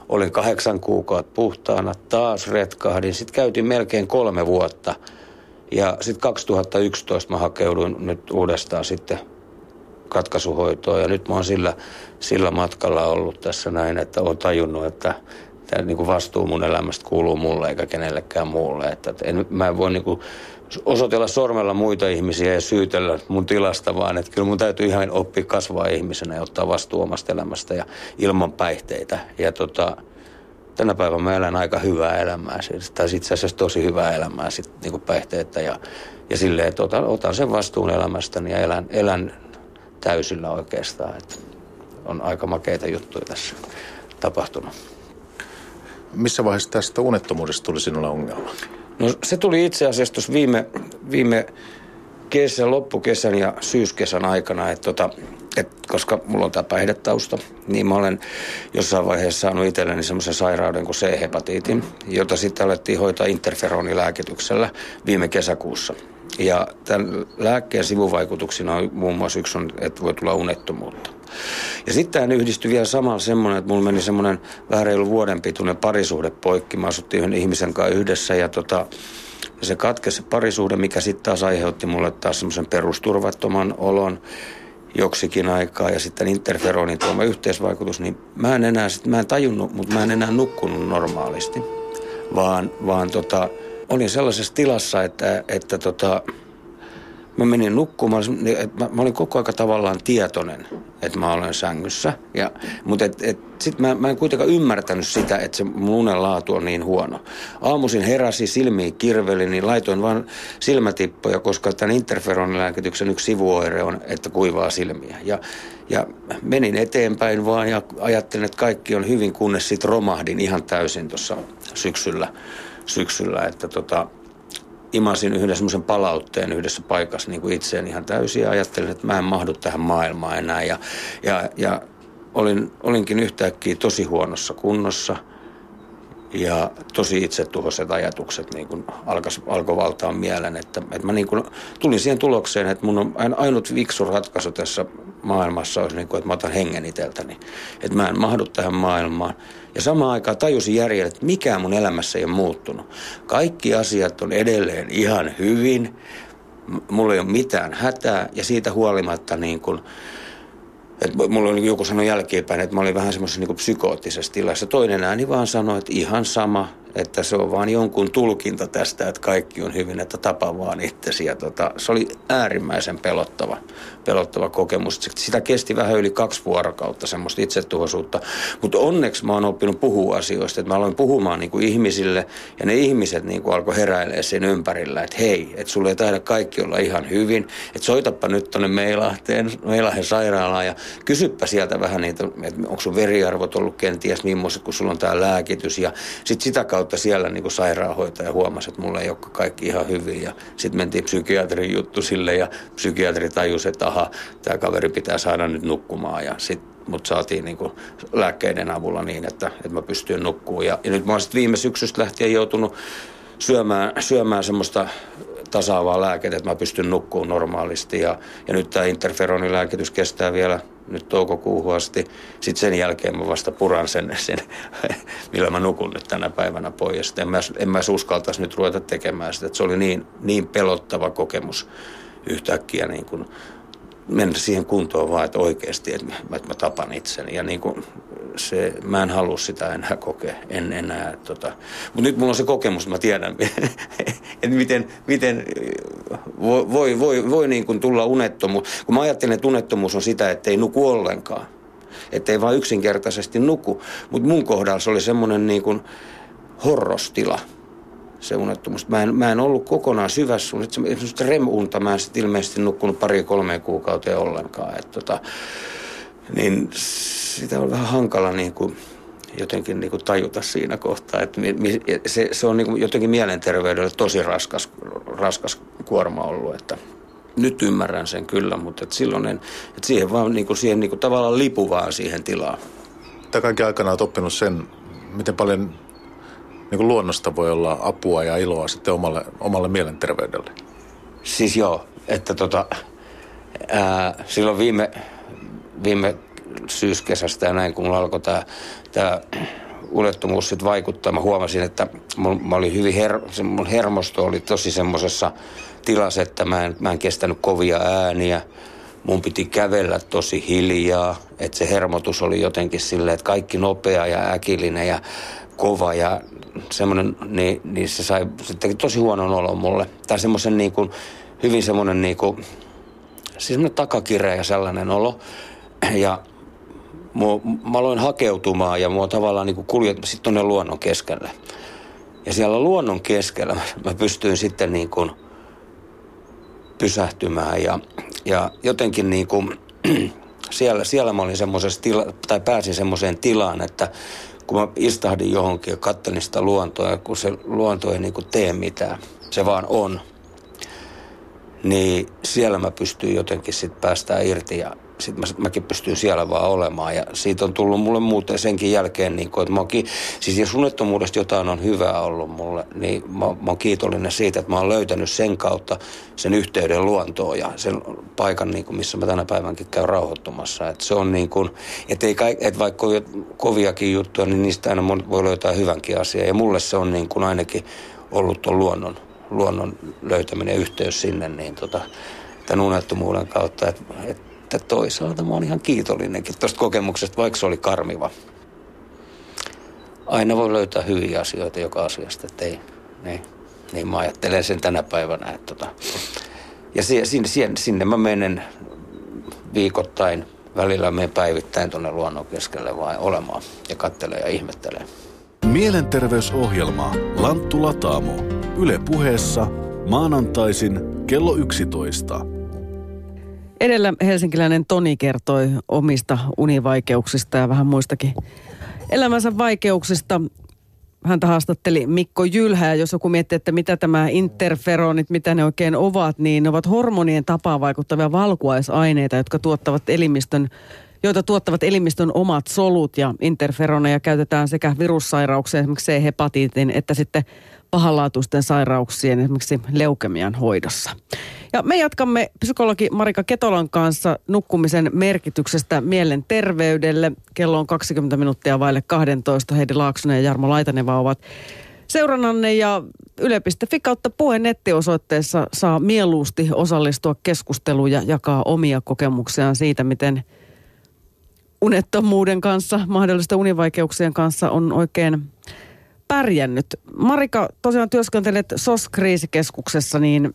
Speaker 7: olin 8 kuukautta puhtaana, taas retkahdin. Sitten käytiin melkein 3 vuotta ja sitten 2011 mä hakeuduin nyt uudestaan sitten katkaisuhoitoon ja nyt mä oon sillä matkalla ollut tässä näin, että oon tajunnut, että tämä niin kuin vastuu mun elämästä kuuluu mulle eikä kenellekään muulle. Että mä en voi niin kuin osoitella sormella muita ihmisiä ja syytellä mun tilasta, vaan että kyllä mun täytyy ihan oppia kasvaa ihmisenä ja ottaa vastuu omasta elämästä ja ilman päihteitä. Ja tänä päivänä mä elän aika hyvää elämää, tai itse asiassa tosi hyvää elämää sit, niin kuin päihteitä ja silleen, että otan sen vastuun elämästäni ja elän täysillä oikeastaan. Että on aika makeita juttuja tässä tapahtunut.
Speaker 4: Missä vaiheessa tästä unettomuudesta tuli sinulle ongelma?
Speaker 7: No se tuli itse asiassa tuossa viime loppukesän ja syyskesän aikana, että koska mulla on tämä päihdetausta, niin mä olen jossain vaiheessa saanut itselleni semmoisen sairauden kuin C-hepatiitin, jota sitten alettiin hoitaa interferonilääkityksellä viime kesäkuussa. Ja tämän lääkkeen sivuvaikutuksina on muun muassa yksi on, että voi tulla unettomuutta. Ja sitten tähän yhdistyi vielä samalla semmoinen, että mulla meni semmoinen vähän reilu vuoden pituinen parisuhde poikki. Mä asuttiin yhden ihmisen kanssa yhdessä ja se katkesi se parisuhde, mikä sitten taas aiheutti mulle taas semmoisen perusturvattoman olon joksikin aikaa. Ja sitten interferonin tuoma yhteisvaikutus, niin mä en tajunnut, mutta mä en enää nukkunut normaalisti. Vaan olin sellaisessa tilassa, että mä menin nukkumaan, mä olin koko ajan tavallaan tietoinen, että mä olen sängyssä. Mutta sitten mä en kuitenkaan ymmärtänyt sitä, että se mun unen laatu on niin huono. Aamuisin heräsi, silmiin kirveli, niin laitoin vaan silmätippoja, koska tämän interferonilääkityksen yksi sivuoire on, että kuivaa silmiä. Ja menin eteenpäin vaan ja ajattelin, että kaikki on hyvin, kunnes sitten romahdin ihan täysin tuossa syksyllä, että imasin yhden semmoisen palautteen yhdessä paikassa niin kuin itseen ihan täysin ja ajattelin, että mä en mahdu tähän maailmaan enää ja olinkin yhtäkkiä tosi huonossa kunnossa ja tosi itsetuhoiset ajatukset niin kuin alkoi valtaa mielen, että mä niin kuin tulin siihen tulokseen, että mun on ainut viksu ratkaisu tässä maailmassa olisi niin kuin, että mä otan hengen itseltäni, että mä en mahdu tähän maailmaan. Ja samaan aikaan tajusin järjellä, että mikään mun elämässä ei ole muuttunut. Kaikki asiat on edelleen ihan hyvin, mulla ei ole mitään hätää ja siitä huolimatta niin kuin, että mulla oli joku sanoi jälkeenpäin, että mä olin vähän semmoisessa niin kuin psykoottisessa tilassa. Toinen ääni vaan sanoi, että ihan sama, että se on vaan jonkun tulkinta tästä, että kaikki on hyvin, että tapa vaan itsesi. Ja se oli äärimmäisen pelottava kokemus. Sitä kesti vähän yli 2 vuorokautta semmoista itsetuhoisuutta. Mutta onneksi mä oon oppinut puhua asioista, että mä aloin puhumaan niin kuin ihmisille ja ne ihmiset niin kuin alkoi heräilemään sen ympärillä, että hei, että sulla ei taida kaikki olla ihan hyvin, että soitappa nyt tonne Meilahden sairaalaan ja kysyppä sieltä vähän niitä, että onko sun veriarvot ollut kenties millaiset, kun sulla on tää lääkitys ja sitten sitä kautta siellä niin kuin sairaanhoitaja huomasi, että mulla ei ole kaikki ihan hyvin ja sitten mentiin psykiatrin juttu sille ja psykiatri tajusi, että aha, tämä kaveri pitää saada nyt nukkumaan ja sitten mut saatiin niin kuin lääkkeiden avulla niin, että mä pystyin nukkumaan ja nyt mä oon sitten viime syksystä lähtien joutunut syömään semmoista tasaavaa lääkettä, että mä pystyn nukkumaan normaalisti ja nyt tämä interferonilääkitys kestää vielä nyt toukokuuhun asti. Sitten sen jälkeen mä vasta puran sen millä mä nukun nyt tänä päivänä pois. En mä uskaltaisi nyt ruveta tekemään sitä. Että se oli niin pelottava kokemus yhtäkkiä niin kuin mennä siihen kuntoon vaan, että oikeasti, että mä tapan itseni. Ja niin kuin mä en halua sitä enää kokea, en enää. Mutta nyt mulla on se kokemus, mä tiedän, että miten voi niin kuin tulla unettomuus. Kun mä ajattelen, että unettomuus on sitä, että ei nuku ollenkaan. Että ei vaan yksinkertaisesti nuku. Mutta mun kohdalla se oli semmoinen niin kuin horrostila. Se unettomuus. Mä en ollut kokonaan syvässä esimerkiksi REM-unta mä en sitten ilmeisesti nukkunut 2-3 kuukauteen ollenkaan. Niin sitä on vähän hankala niin kuin jotenkin niin kuin tajuta siinä kohtaa. Että se on niin kuin jotenkin mielenterveydelle tosi raskas kuorma ollut. Että nyt ymmärrän sen kyllä, mutta silloin että siihen vaan niin kuin, siihen niin kuin tavallaan lipuvaan siihen tilaan.
Speaker 4: Tämä kaiken aikana olet oppinut sen, miten paljon niin kuin luonnosta voi olla apua ja iloa sitten omalle mielenterveydelle.
Speaker 7: Siis joo, että silloin viime syyskesästä ja näin, kun mulla alkoi tämä unettomuus sitten vaikuttaa. Mä huomasin, että mä olin hyvin mun hermosto oli tosi semmosessa tilassa, että mä en kestänyt kovia ääniä. Mun piti kävellä tosi hiljaa, että se hermotus oli jotenkin silleen, että kaikki nopea ja äkillinen ja kova ja semmoinen, niin se teki tosi huonon olon mulle. Tai semmoisen niin kuin, hyvin semmoinen niin kuin, siis semmoinen takakireä ja sellainen olo. Ja mä aloin hakeutumaan ja mua tavallaan niin kuin kuljettiin sitten tuonne luonnon keskelle. Ja siellä luonnon keskellä mä pystyin sitten niin kuin pysähtymään ja jotenkin niin kuin siellä mä olin semmoisessa tai pääsin semmoiseen tilaan, että kun mä istahdin johonkin ja katselin sitä luontoa ja kun se luonto ei niin kuin tee mitään, se vaan on, niin siellä mä pystyin jotenkin sitten päästään irti ja sitten mäkin pystyn siellä vaan olemaan ja siitä on tullut mulle muuten senkin jälkeen, niin kuin, että siis jos unettomuudesta jotain on hyvää ollut mulle, niin mä oon kiitollinen siitä, että mä oon löytänyt sen kautta sen yhteyden luontoon ja sen paikan, niin kuin, missä mä tänä päivänkin käyn rauhoittumassa. Että se on niin kuin, että vaikka on koviakin juttuja, niin niistä aina voi löytää hyvänkin asiaa ja mulle se on niin kuin ainakin ollut tuon luonnon löytäminen yhteys sinne, niin tämän unettomuuden kautta, että toisaalta mä oon ihan kiitollinenkin tuosta kokemuksesta, vaikka se oli karmiva. Aina voi löytää hyviä asioita joka asiasta, että niin mä ajattelen sen tänä päivänä. Ja sinne mä menen viikoittain, välillä menen päivittäin tuonne luonnon keskelle vaan olemaan ja katselen ja ihmettelen.
Speaker 6: Mielenterveysohjelma Lanttula Taamo. Yle Puheessa maanantaisin kello 11.
Speaker 1: Edellä helsinkiläinen Toni kertoi omista univaikeuksista ja vähän muistakin elämänsä vaikeuksista. Häntä haastatteli Mikko Jylhä ja jos joku miettii, että mitä tämä interferonit, mitä ne oikein ovat, niin ne ovat hormonien tapaan vaikuttavia valkuaisaineita, joita tuottavat elimistön omat solut ja interferoneja käytetään sekä virussairauksien, esimerkiksi C-hepatiitin, että sitten pahanlaatuisten sairauksien, esimerkiksi leukemian hoidossa. Ja me jatkamme psykologi Marika Ketolan kanssa nukkumisen merkityksestä mielenterveydelle. Kello on 20 minuuttia vaille 12. Heidi Laaksonen ja Jarmo Laitaneva ovat seurannanne ja yle.fi kautta Puhe nettiosoitteessa saa mieluusti osallistua keskusteluun ja jakaa omia kokemuksiaan siitä, miten unettomuuden kanssa, mahdollisten univaikeuksien kanssa on oikein pärjännyt. Marika, tosiaan työskentelet SOS-kriisikeskuksessa, niin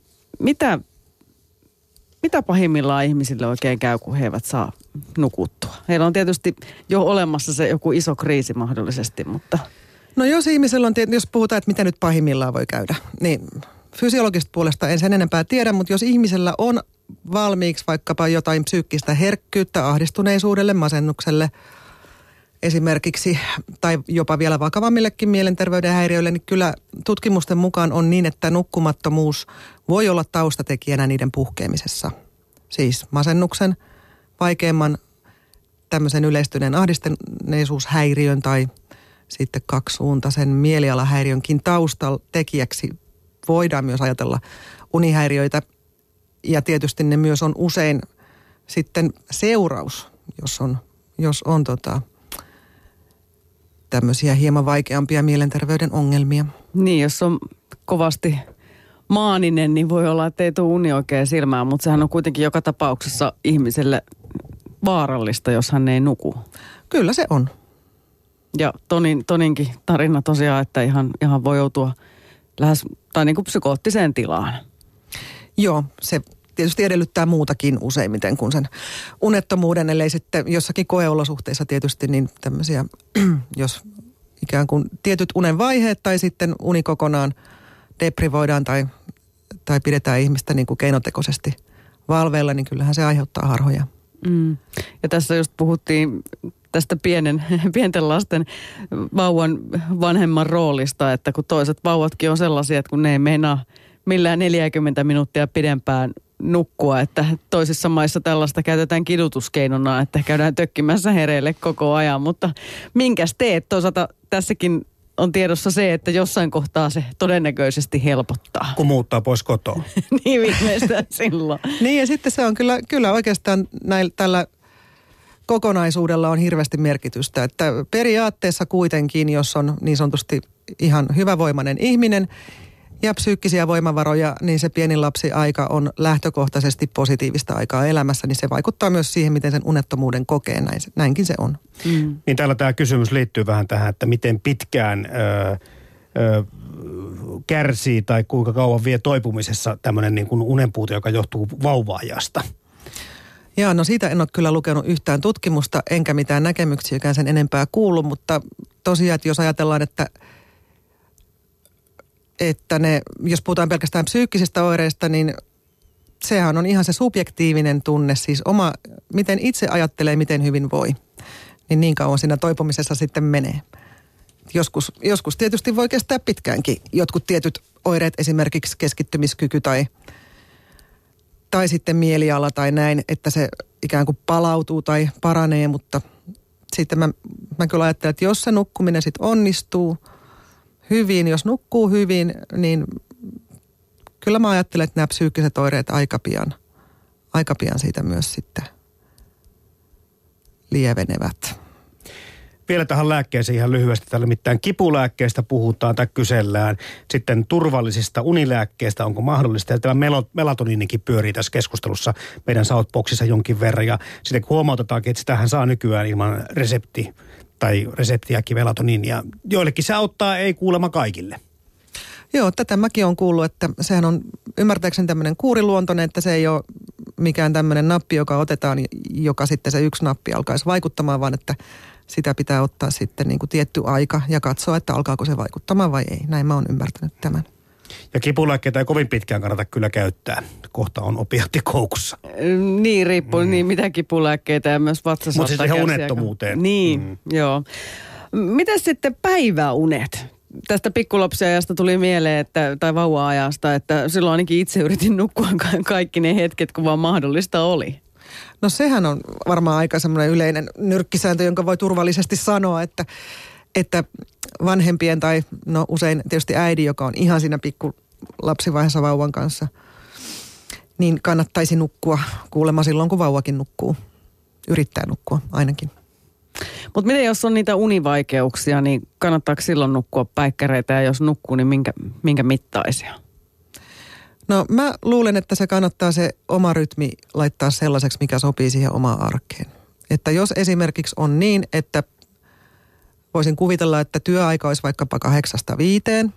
Speaker 1: mitä pahimmillaan ihmisille oikein käy, kun he eivät saa nukuttua? Heillä on tietysti jo olemassa se joku iso kriisi mahdollisesti, mutta...
Speaker 2: No jos ihmisellä on, jos puhutaan, että mitä nyt pahimmillaan voi käydä, niin fysiologisesta puolesta en sen enempää tiedä, mutta jos ihmisellä on valmiiksi vaikkapa jotain psyykkistä herkkyyttä ahdistuneisuudelle, masennukselle esimerkiksi, tai jopa vielä vakavammillekin mielenterveyden häiriöille, niin kyllä tutkimusten mukaan on niin, että nukkumattomuus voi olla taustatekijänä niiden puhkeamisessa. Siis masennuksen, vaikeamman tämmöisen yleistyneen ahdistuneisuushäiriön tai sitten kaksisuuntaisen mielialahäiriönkin taustatekijäksi voidaan myös ajatella unihäiriöitä. Ja tietysti ne myös on usein sitten seuraus, jos on tämmöisiä hieman vaikeampia mielenterveyden ongelmia.
Speaker 1: Niin, jos on kovasti maaninen, niin voi olla, että ei tule uni oikein silmään, mutta sehän on kuitenkin joka tapauksessa ihmiselle vaarallista, jos hän ei nuku.
Speaker 2: Kyllä se on.
Speaker 1: Ja Toninkin tarina tosiaan, että ihan voi joutua lähes tai niin kuin psykoottiseen tilaan.
Speaker 2: Joo, se tietysti edellyttää muutakin useimmiten kuin sen unettomuuden, ellei sitten jossakin koeolosuhteissa tietysti niin tämmöisiä, jos ikään kuin tietyt unen vaiheet tai sitten uni kokonaan deprivoidaan tai pidetään ihmistä niin kuin keinotekoisesti valveilla, niin kyllähän se aiheuttaa harhoja.
Speaker 1: Mm. Ja tässä just puhuttiin tästä pienten lasten vauvan vanhemman roolista, että kun toiset vauvatkin on sellaisia, että kun ne ei meinaa millään 40 minuuttia pidempään nukkua, että toisissa maissa tällaista käytetään kidutuskeinona, että käydään tökkimässä hereille koko ajan, mutta minkäs teet? Toisaalta tässäkin on tiedossa se, että jossain kohtaa se todennäköisesti helpottaa.
Speaker 3: Kun muuttaa pois kotoa.
Speaker 1: Niin viimeistään silloin.
Speaker 2: Niin ja sitten se on kyllä oikeastaan tällä kokonaisuudella on hirveästi merkitystä. Että periaatteessa kuitenkin, jos on niin sanotusti ihan hyvävoimainen ihminen ja psyykkisiä voimavaroja, niin se pieni lapsiaika on lähtökohtaisesti positiivista aikaa elämässä, niin se vaikuttaa myös siihen, miten sen unettomuuden kokee. Näinkin se on.
Speaker 3: Niin täällä tämä kysymys liittyy vähän tähän, että miten pitkään kärsii tai kuinka kauan vie toipumisessa tämmöinen niin kuin unenpuute, joka johtuu vauva-ajasta.
Speaker 2: Joo, no siitä en ole kyllä lukenut yhtään tutkimusta, enkä mitään näkemyksiäkään sen enempää kuullut, mutta tosiaan, että jos ajatellaan, että jos puhutaan pelkästään psyykkisistä oireista, niin sehän on ihan se subjektiivinen tunne, siis miten itse ajattelee, miten hyvin voi, niin kauan siinä toipumisessa sitten menee. Joskus tietysti voi kestää pitkäänkin jotkut tietyt oireet, esimerkiksi keskittymiskyky tai sitten mieliala tai näin, että se ikään kuin palautuu tai paranee, mutta sitten mä kyllä ajattelen, että jos se nukkuminen sitten onnistuu hyvin, jos nukkuu hyvin, niin kyllä mä ajattelen, että nämä psyykkiset oireet aika pian siitä myös sitten lievenevät.
Speaker 3: Vielä tähän lääkkeeseen ihan lyhyesti. Täällä mitään kipulääkkeistä puhutaan tai kysellään. Sitten turvallisista unilääkkeistä, onko mahdollista. Ja tämä melatoniinikin pyörii tässä keskustelussa meidän Southboxissa jonkin verran. Ja sitten kun huomautetaankin, että sitähän saa nykyään ilman reseptiäkin melatoniinia. Joillekin se auttaa, ei kuulemma kaikille.
Speaker 2: Joo, tätä mäkin olen kuullut, että sehän on ymmärtääkseni tämmöinen kuuriluontoinen, että se ei ole mikään tämmöinen nappi, joka otetaan, joka sitten se yksi nappi alkaisi vaikuttamaan, vaan että sitä pitää ottaa sitten niin kuin tietty aika ja katsoa, että alkaako se vaikuttamaan vai ei. Näin mä oon ymmärtänyt tämän.
Speaker 3: Ja kipulääkkeitä ei kovin pitkään kannata kyllä käyttää. Kohta on opiattikoukussa.
Speaker 1: Niin, riippuu niin mitä kipulääkkeitä ja myös vatsa saattaa
Speaker 3: kärsiä. Mutta siis ihan unettomuuteen.
Speaker 1: Niin, joo. Mitäs sitten päiväunet? Tästä pikkulapsiajasta tuli mieleen, tai vauva-ajasta, että silloin ainakin itse yritin nukkua kaikki ne hetket, kun vaan mahdollista oli.
Speaker 2: No sehän on varmaan aika semmoinen yleinen nyrkkisääntö, jonka voi turvallisesti sanoa, että vanhempien tai no usein tietysti äidin, joka on ihan siinä pikkulapsivaiheessa vauvan kanssa, niin kannattaisi nukkua kuulemma silloin, kun vauvakin nukkuu. Yrittää nukkua ainakin.
Speaker 1: Mutta miten jos on niitä univaikeuksia, niin kannattaako silloin nukkua päikkäreitä ja jos nukkuu, niin minkä mittaisia?
Speaker 2: No mä luulen, että se kannattaa se oma rytmi laittaa sellaiseksi, mikä sopii siihen omaan arkeen. Että jos esimerkiksi on niin, että voisin kuvitella, että työaika olisi vaikkapa 8–5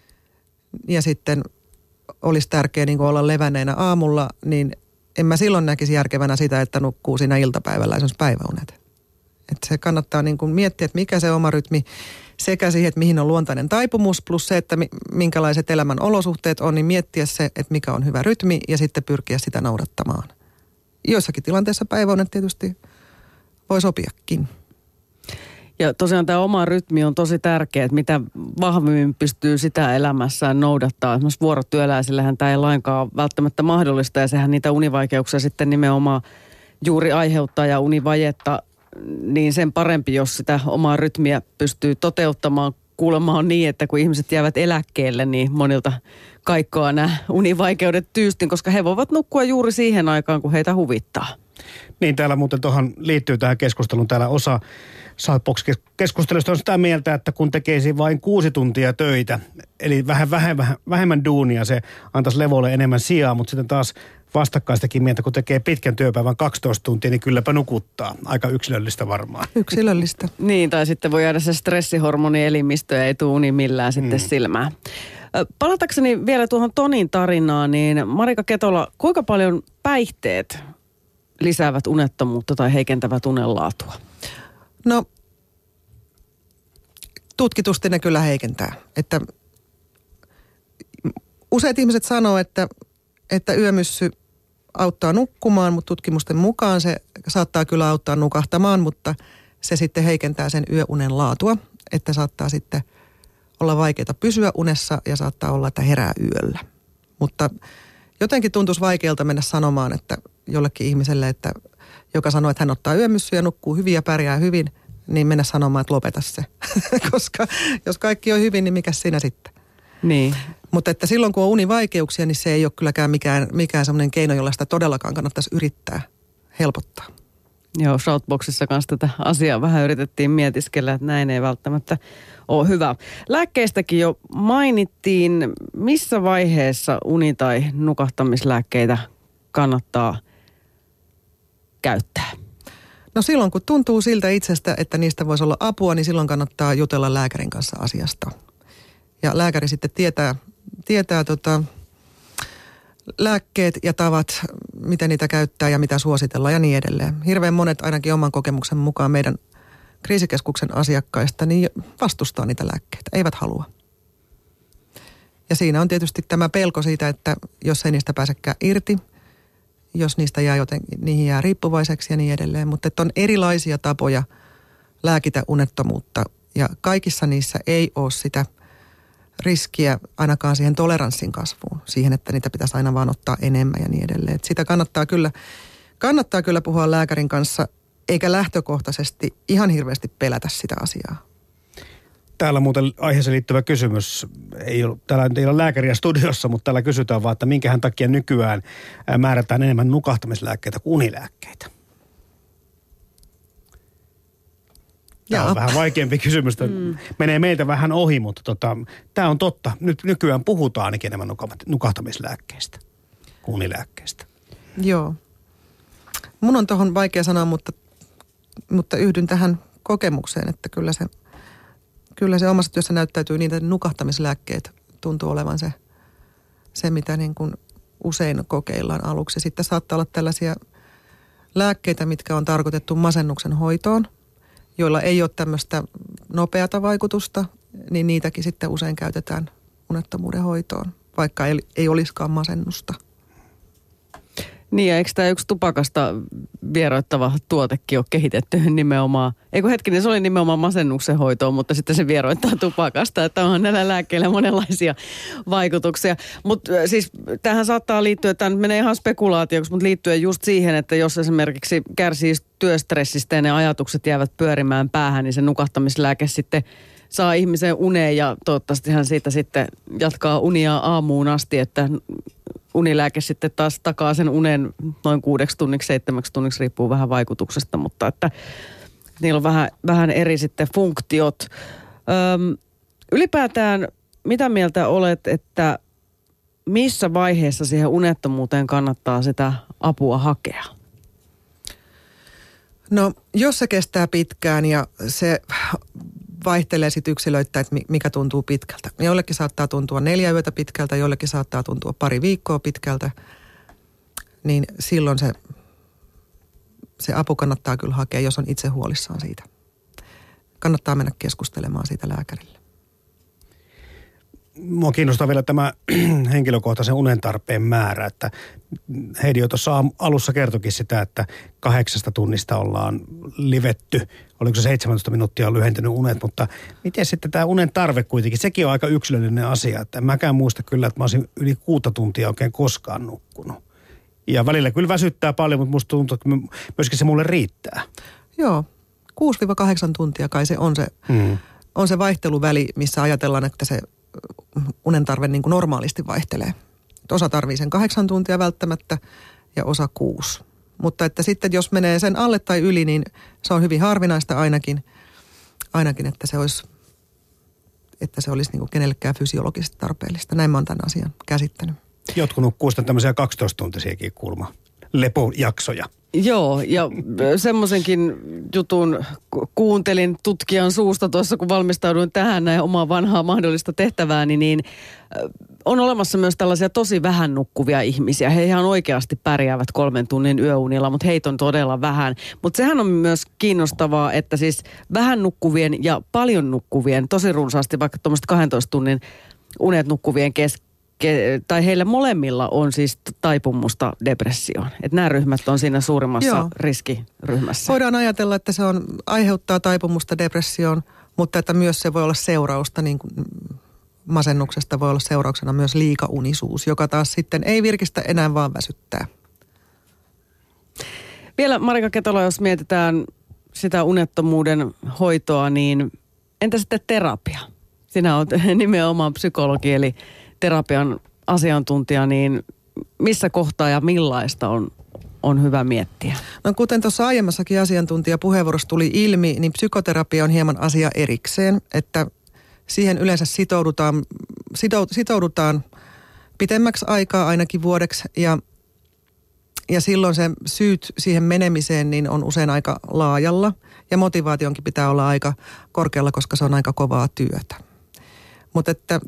Speaker 2: ja sitten olisi tärkeää niin kuin olla levänneenä aamulla, niin en mä silloin näkisi järkevänä sitä, että nukkuu siinä iltapäivällä esimerkiksi päiväunet. Että se kannattaa niin kuin miettiä, että mikä se oma rytmi sekä siihen, että mihin on luontainen taipumus, plus se, että minkälaiset elämän olosuhteet on, niin miettiä se, että mikä on hyvä rytmi ja sitten pyrkiä sitä noudattamaan. Joissakin tilanteissa päiväunet tietysti voi sopiakin.
Speaker 1: Ja tosiaan tämä oma rytmi on tosi tärkeä, että mitä vahvemmin pystyy sitä elämässään noudattaa. Esimerkiksi vuorotyöläisillähän tämä ei lainkaan välttämättä mahdollista ja sehän niitä univaikeuksia sitten nimenomaan juuri aiheuttaa ja univajetta, niin sen parempi, jos sitä omaa rytmiä pystyy toteuttamaan. Kuulemma on niin, että kun ihmiset jäävät eläkkeelle, niin monilta kaikkoa nämä univaikeudet tyystin, koska he voivat nukkua juuri siihen aikaan, kun heitä huvittaa.
Speaker 3: Niin, täällä muuten tuohon liittyy tähän keskusteluun. Täällä osa Southbox-keskustelusta on sitä mieltä, että kun tekisi vain 6 tuntia töitä, eli vähemmän duunia, se antaisi levolle enemmän sijaa, mutta sitten taas vastakkaistakin mieltä, kun tekee pitkän työpäivän 12 tuntia, niin kylläpä nukuttaa. Aika yksilöllistä varmaan.
Speaker 2: Yksilöllistä.
Speaker 1: Niin, tai sitten voi jäädä se stressihormoni elimistöön ja ei tule uni millään sitten silmään. Palatakseni vielä tuohon Tonin tarinaan, niin Marika Ketola, kuinka paljon päihteet lisäävät unettomuutta tai heikentävät unenlaatua?
Speaker 2: No, tutkitusti ne kyllä heikentää. Että useat ihmiset sanoo, että yömyssy auttaa nukkumaan, mutta tutkimusten mukaan se saattaa kyllä auttaa nukahtamaan, mutta se sitten heikentää sen yöunen laatua, että saattaa sitten olla vaikeaa pysyä unessa ja saattaa olla, että herää yöllä. Mutta jotenkin tuntuisi vaikealta mennä sanomaan, että jollekin ihmiselle, että joka sanoo, että hän ottaa yömyssyä ja nukkuu hyvin ja pärjää hyvin, niin mennä sanomaan, että lopeta se. Koska jos kaikki on hyvin, niin mikä siinä sitten?
Speaker 1: Niin.
Speaker 2: Mutta että silloin, kun on univaikeuksia, niin se ei ole kylläkään mikään semmoinen keino, jolla sitä todellakaan kannattaisi yrittää helpottaa.
Speaker 1: Joo, Shoutboxissa kanssa tätä asiaa vähän yritettiin mietiskellä, että näin ei välttämättä ole hyvä. Lääkkeistäkin jo mainittiin, missä vaiheessa uni- tai nukahtamislääkkeitä kannattaa käyttää?
Speaker 2: No silloin, kun tuntuu siltä itsestä, että niistä voisi olla apua, niin silloin kannattaa jutella lääkärin kanssa asiasta. Ja lääkäri sitten tietää lääkkeet ja tavat, miten niitä käyttää ja mitä suositellaan ja niin edelleen. Hirveän monet, ainakin oman kokemuksen mukaan meidän kriisikeskuksen asiakkaista, niin vastustaa niitä lääkkeitä, eivät halua. Ja siinä on tietysti tämä pelko siitä, että jos ei niistä pääsekään irti, jos niistä jää niihin jää riippuvaiseksi ja niin edelleen. Mutta että on erilaisia tapoja lääkitä unettomuutta ja kaikissa niissä ei ole sitä riskiä ainakaan siihen toleranssin kasvuun, siihen, että niitä pitäisi aina vaan ottaa enemmän ja niin edelleen. Että sitä kannattaa kyllä puhua lääkärin kanssa, eikä lähtökohtaisesti ihan hirveästi pelätä sitä asiaa.
Speaker 3: Täällä muuten aiheeseen liittyvä kysymys. Täällä ei ole lääkäriä studiossa, mutta täällä kysytään vaan, että minkähän takia nykyään määrätään enemmän nukahtamislääkkeitä kuin unilääkkeitä. Tämä on vähän vaikeampi kysymys. Menee meiltä vähän ohi, mutta tämä on totta. Nyt nykyään puhutaan ainakin enemmän nukahtamislääkkeistä kuin unilääkkeistä.
Speaker 2: Joo. Mun on tuohon vaikea sanoa, mutta yhdyn tähän kokemukseen, että kyllä se omassa työssä näyttäytyy niin, että nukahtamislääkkeet tuntuu olevan se mitä niin kuin usein kokeillaan aluksi. Sitten saattaa olla tällaisia lääkkeitä, mitkä on tarkoitettu masennuksen hoitoon, joilla ei ole tämmöistä nopeata vaikutusta, niin niitäkin sitten usein käytetään unettomuuden hoitoon, vaikka ei olisikaan masennusta.
Speaker 1: Niin, ja eikö tämä yksi tupakasta vieroittava tuotekin ole kehitetty nimenomaan? Se oli nimenomaan masennuksen hoitoon, mutta sitten se vieroittaa tupakasta, että onhan näillä lääkkeillä monenlaisia vaikutuksia. Mutta siis tähän saattaa liittyä, tämä nyt menee ihan spekulaatioksi, mutta liittyen just siihen, että jos esimerkiksi kärsii työstressistä ja ne ajatukset jäävät pyörimään päähän, niin se nukahtamislääke sitten saa ihmisen uneen ja toivottavasti hän siitä sitten jatkaa unia aamuun asti, että unilääke sitten taas takaa sen unen noin 6 tunniksi, 7 tunniksi, riippuu vähän vaikutuksesta, mutta että niillä on vähän eri sitten funktiot. Ylipäätään, mitä mieltä olet, että missä vaiheessa siihen unettomuuteen kannattaa sitä apua hakea?
Speaker 2: No, jos se kestää pitkään ja se vaihtelee sitten yksilöitä, että mikä tuntuu pitkältä. Joillekin saattaa tuntua 4 yötä pitkältä, joillekin saattaa tuntua 2 viikkoa pitkältä. Niin silloin se apu kannattaa kyllä hakea, jos on itse huolissaan siitä. Kannattaa mennä keskustelemaan siitä lääkärille.
Speaker 3: Mua kiinnostaa vielä tämä henkilökohtaisen unen tarpeen määrä, että Heidi jo tuossa alussa kertoikin sitä, että 8 tunnista ollaan livetty. Oliko se 17 minuuttia on lyhentynyt unet, mutta miten sitten tämä unen tarve kuitenkin? Sekin on aika yksilöllinen asia, että en mäkään muista kyllä, että mä olisin yli 6 tuntia oikein koskaan nukkunut. Ja välillä kyllä väsyttää paljon, mutta musta tuntuu, että myöskin se mulle riittää. Joo,
Speaker 2: 6-8 tuntia kai se on se vaihteluväli, missä ajatellaan, että se unen tarve niin kuin normaalisti vaihtelee. Osa tarvii sen 8 tuntia välttämättä ja osa 6. Mutta että sitten jos menee sen alle tai yli, niin se on hyvin harvinaista ainakin että se olisi niin kuin kenellekään fysiologisesti tarpeellista. Näin mä oon tämän asian käsittänyt.
Speaker 3: Jotkut nukkuu sitten tämmöisiä 12-tuntisiakin kuulemma lepojaksoja.
Speaker 1: Joo, ja semmoisenkin jutun kuuntelin tutkijan suusta tuossa, kun valmistauduin tähän näin omaa vanhaa mahdollista tehtävääni, niin on olemassa myös tällaisia tosi vähän nukkuvia ihmisiä. He ihan oikeasti pärjäävät 3 tunnin yöunilla, mutta heitä on todella vähän. Mutta sehän on myös kiinnostavaa, että siis vähän nukkuvien ja paljon nukkuvien, tosi runsaasti vaikka tuommoista 12 tunnin unet nukkuvien tai heillä molemmilla on siis taipumusta depressioon. Että nämä ryhmät on siinä suurimmassa riskiryhmässä.
Speaker 2: Voidaan ajatella, että se aiheuttaa taipumusta depressioon, mutta että myös se voi olla seurausta, niin kuin masennuksesta voi olla seurauksena myös liikaunisuus, joka taas sitten ei virkistä enää vaan väsyttää.
Speaker 1: Vielä Marika Ketola, jos mietitään sitä unettomuuden hoitoa, niin entä sitten terapia? Sinä olet nimenomaan psykologi, eli terapian asiantuntija, niin missä kohtaa ja millaista on on hyvä miettiä?
Speaker 2: No kuten tuossa aiemmassakin asiantuntijapuheenvuorossa tuli ilmi, niin psykoterapia on hieman asia erikseen, että siihen yleensä sitoudutaan pitemmäksi aikaa, ainakin vuodeksi, ja silloin se syyt siihen menemiseen niin on usein aika laajalla, ja motivaationkin pitää olla aika korkealla, koska se on aika kovaa työtä. Mutta että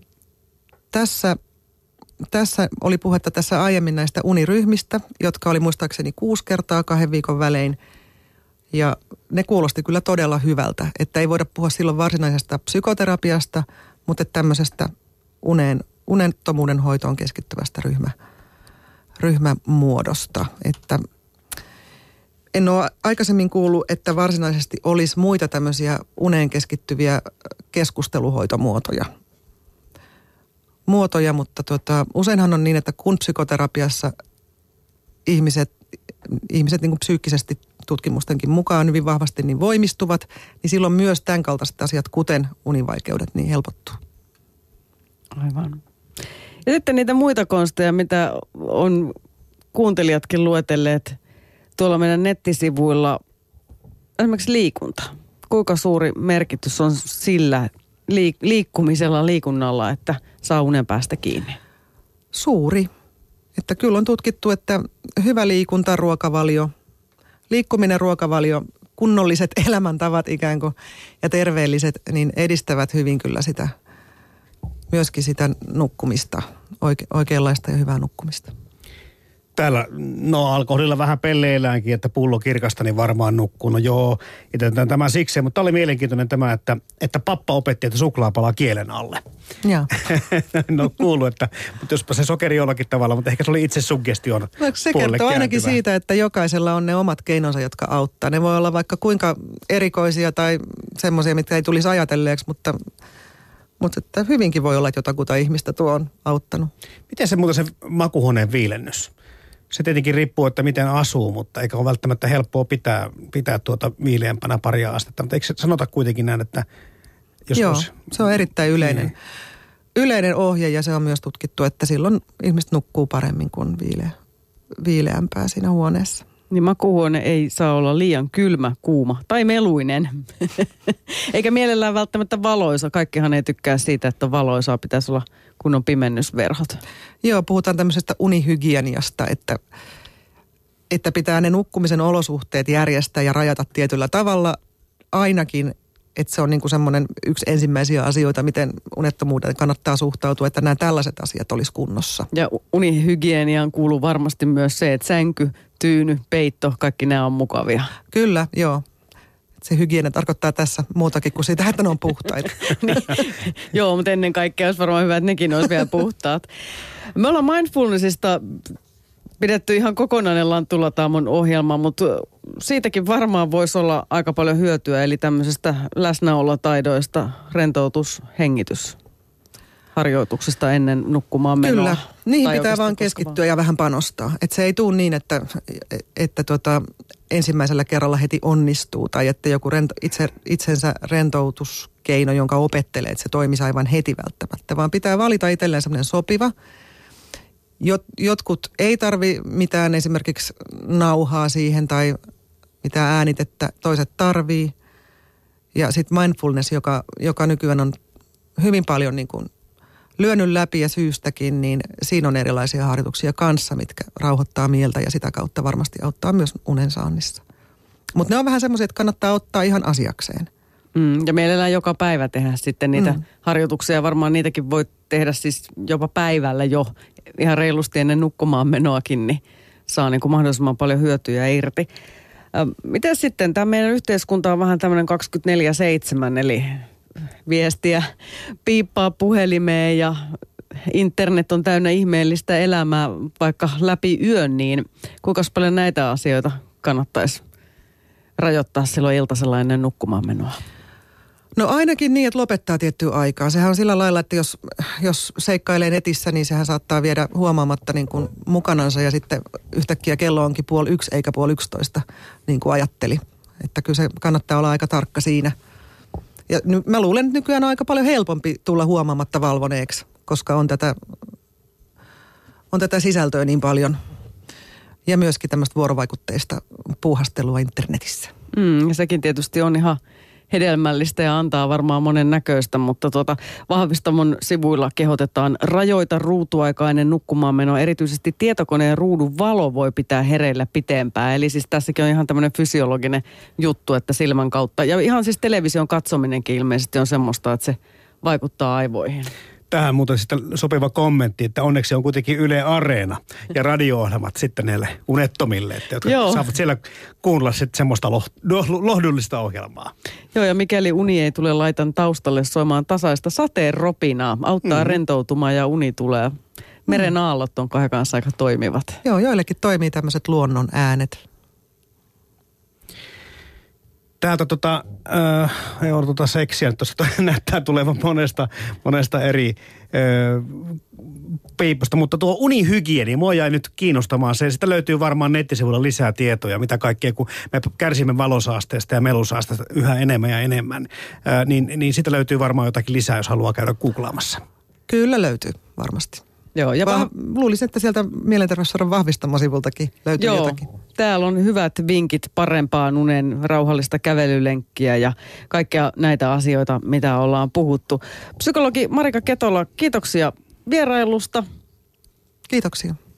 Speaker 2: tässä oli puhetta tässä aiemmin näistä uniryhmistä, jotka oli muistaakseni 6 kertaa 2 viikon välein. Ja ne kuulosti kyllä todella hyvältä, että ei voida puhua silloin varsinaisesta psykoterapiasta, mutta tämmöisestä unettomuuden hoitoon keskittyvästä ryhmämuodosta. Että en ole aikaisemmin kuullut, että varsinaisesti olisi muita tämmöisiä uneen keskittyviä keskusteluhoitomuotoja. Mutta useinhan on niin, että kun psykoterapiassa ihmiset niin kuin psyykkisesti tutkimustenkin mukaan hyvin vahvasti niin voimistuvat, niin silloin myös tämän kaltaiset asiat, kuten univaikeudet, niin helpottuu.
Speaker 1: Aivan. Ja sitten niitä muita konsteja, mitä on kuuntelijatkin luetelleet tuolla meidän nettisivuilla. Esimerkiksi liikunta. Kuinka suuri merkitys on sillä liikunnalla, että saa unen päästä kiinni?
Speaker 2: Suuri. Että kyllä on tutkittu, että hyvä liikunta, ruokavalio, liikkuminen, ruokavalio, kunnolliset elämäntavat ikään kuin ja terveelliset, niin edistävät hyvin kyllä myöskin sitä nukkumista, oikeanlaista ja hyvää nukkumista.
Speaker 3: Täällä, alkoholilla vähän pelleilläänkin, että pullo kirkasta, niin varmaan nukkuu. No joo, jätetään tämä siksi, mutta oli mielenkiintoinen tämä, että pappa opetti, että suklaa palaa kielen alle.
Speaker 2: Joo.
Speaker 3: No kuuluu, mutta jospa se sokeri jollakin tavalla, mutta ehkä se oli itse suggestion
Speaker 2: se kertoo ainakin siitä, että jokaisella on ne omat keinonsa, jotka auttaa. Ne voi olla vaikka kuinka erikoisia tai semmoisia, mitkä ei tulisi ajatelleeksi, mutta että hyvinkin voi olla, että jotakuta ihmistä tuo on auttanut.
Speaker 3: Miten se muuten se makuuhuoneen viilennys? Se tietenkin riippuu, että miten asuu, mutta eikä ole välttämättä helppoa pitää viileämpänä paria astetta. Mutta eikö se sanota kuitenkin näin, että
Speaker 2: Joo, se on erittäin yleinen ohje ja se on myös tutkittu, että silloin ihmiset nukkuu paremmin kuin viileämpää siinä huoneessa.
Speaker 1: Niin makuuhuone ei saa olla liian kylmä, kuuma tai meluinen. Eikä mielellään välttämättä valoisa. Kaikkihan ei tykkää siitä, että valoisaa pitäisi olla kunnon pimennysverhot.
Speaker 2: Joo, puhutaan tämmöisestä unihygieniasta, että pitää ne nukkumisen olosuhteet järjestää ja rajata tietyllä tavalla ainakin, että se on niin kuin semmoinen yksi ensimmäisiä asioita, miten unettomuuteen kannattaa suhtautua, että nämä tällaiset asiat olisi kunnossa.
Speaker 1: Ja unihygieniaan kuuluu varmasti myös se, että sänky, tyyny, peitto, kaikki nämä on mukavia.
Speaker 2: Kyllä, joo. Se hygienia tarkoittaa tässä muutakin kuin sitä, että ne on puhtaita.
Speaker 1: Joo, mutta ennen kaikkea olisi varmaan hyvä, että nekin olisi vielä puhtaat. Me ollaan mindfulnessista pidetty ihan kokonainen Lanttu Lataamon ohjelma, mutta siitäkin varmaan voisi olla aika paljon hyötyä, eli tämmöisestä läsnäolotaidoista, rentoutus, hengitys harjoituksesta ennen nukkumaan menoa.
Speaker 2: Kyllä, niihin pitää vaan keskittyä ja vähän panostaa. Että se ei tule niin, että ensimmäisellä kerralla heti onnistuu tai että joku itsensä rentoutuskeino, jonka opettelee, että se toimisi aivan heti välttämättä, vaan pitää valita itselleen semmoinen sopiva. Jotkut ei tarvi mitään esimerkiksi nauhaa siihen tai mitään äänitettä, toiset tarvii. Ja sitten mindfulness, joka nykyään on hyvin paljon niin kuin lyönyt läpi ja syystäkin, niin siinä on erilaisia harjoituksia kanssa, mitkä rauhoittaa mieltä ja sitä kautta varmasti auttaa myös unen saannissa. Mutta ne on vähän semmoisia, että kannattaa ottaa ihan asiakseen.
Speaker 1: Ja mielellään joka päivä tehdä sitten niitä harjoituksia. Varmaan niitäkin voi tehdä siis jopa päivällä jo ihan reilusti ennen nukkumaan menoakin, niin saa niin kuin mahdollisimman paljon hyötyjä irti. Miten sitten? Tämä meidän yhteiskunta on vähän tämmöinen 24/7, eli viestiä piippaa puhelimeen ja internet on täynnä ihmeellistä elämää vaikka läpi yön, niin kuinka paljon näitä asioita kannattaisi rajoittaa silloin iltasella ennen nukkumaan menoa?
Speaker 2: No ainakin niin, että lopettaa tiettyä aikaa. Sehän on sillä lailla, että jos seikkailee netissä, niin sehän saattaa viedä huomaamatta niin kuin mukanansa ja sitten yhtäkkiä kello onkin 10:30 eikä 10:11 niin kuin ajatteli. Että kyllä se kannattaa olla aika tarkka siinä. Ja mä luulen, että nykyään on aika paljon helpompi tulla huomaamatta valvoneeksi, koska on tätä sisältöä niin paljon. Ja myöskin tämmöistä vuorovaikutteista puuhastelua internetissä.
Speaker 1: Ja sekin tietysti on ihan hedelmällistä ja antaa varmaan monen näköistä, mutta Vahvistamon sivuilla kehotetaan rajoita ruutuaikaa ennen nukkumaanmenoa. Erityisesti tietokoneen ruudun valo voi pitää hereillä pitempään. Eli siis tässäkin on ihan tämmöinen fysiologinen juttu, että silmän kautta. Ja ihan siis television katsominenkin ilmeisesti on semmoista, että se vaikuttaa aivoihin.
Speaker 3: Tähän muuten sitten sopiva kommentti, että onneksi on kuitenkin Yle Areena ja radio-ohjelmat sitten näille unettomille, että jotka saavat siellä kuunnella sitten semmoista lohdullista ohjelmaa.
Speaker 1: Joo, ja mikäli uni ei tule, laitan taustalle soimaan tasaista sateen ropinaa. Auttaa rentoutumaan ja uni tulee. Meren aallot on kahden kanssa aika toimivat.
Speaker 2: Joo, joillekin toimii tämmöiset luonnon äänet.
Speaker 3: Täältä seksiä nyt tuossa näyttää tulevan monesta eri piipusta, mutta tuo unihygieni, mua jäi nyt kiinnostamaan se. Sitä löytyy varmaan nettisivuilla lisää tietoja, mitä kaikkea, kun me kärsimme valosaasteesta ja melusaasteesta yhä enemmän ja enemmän, niin sitä löytyy varmaan jotakin lisää, jos haluaa käydä googlaamassa.
Speaker 2: Kyllä löytyy, varmasti.
Speaker 1: Joo, ja
Speaker 2: luulisin, että sieltä Mielenterveysseuran Vahvistamon-sivultakin löytyy jotakin.
Speaker 1: Täällä on hyvät vinkit parempaan unen, rauhallista kävelylenkkiä ja kaikkea näitä asioita, mitä ollaan puhuttu. Psykologi Marika Ketola, kiitoksia vierailusta.
Speaker 2: Kiitoksia.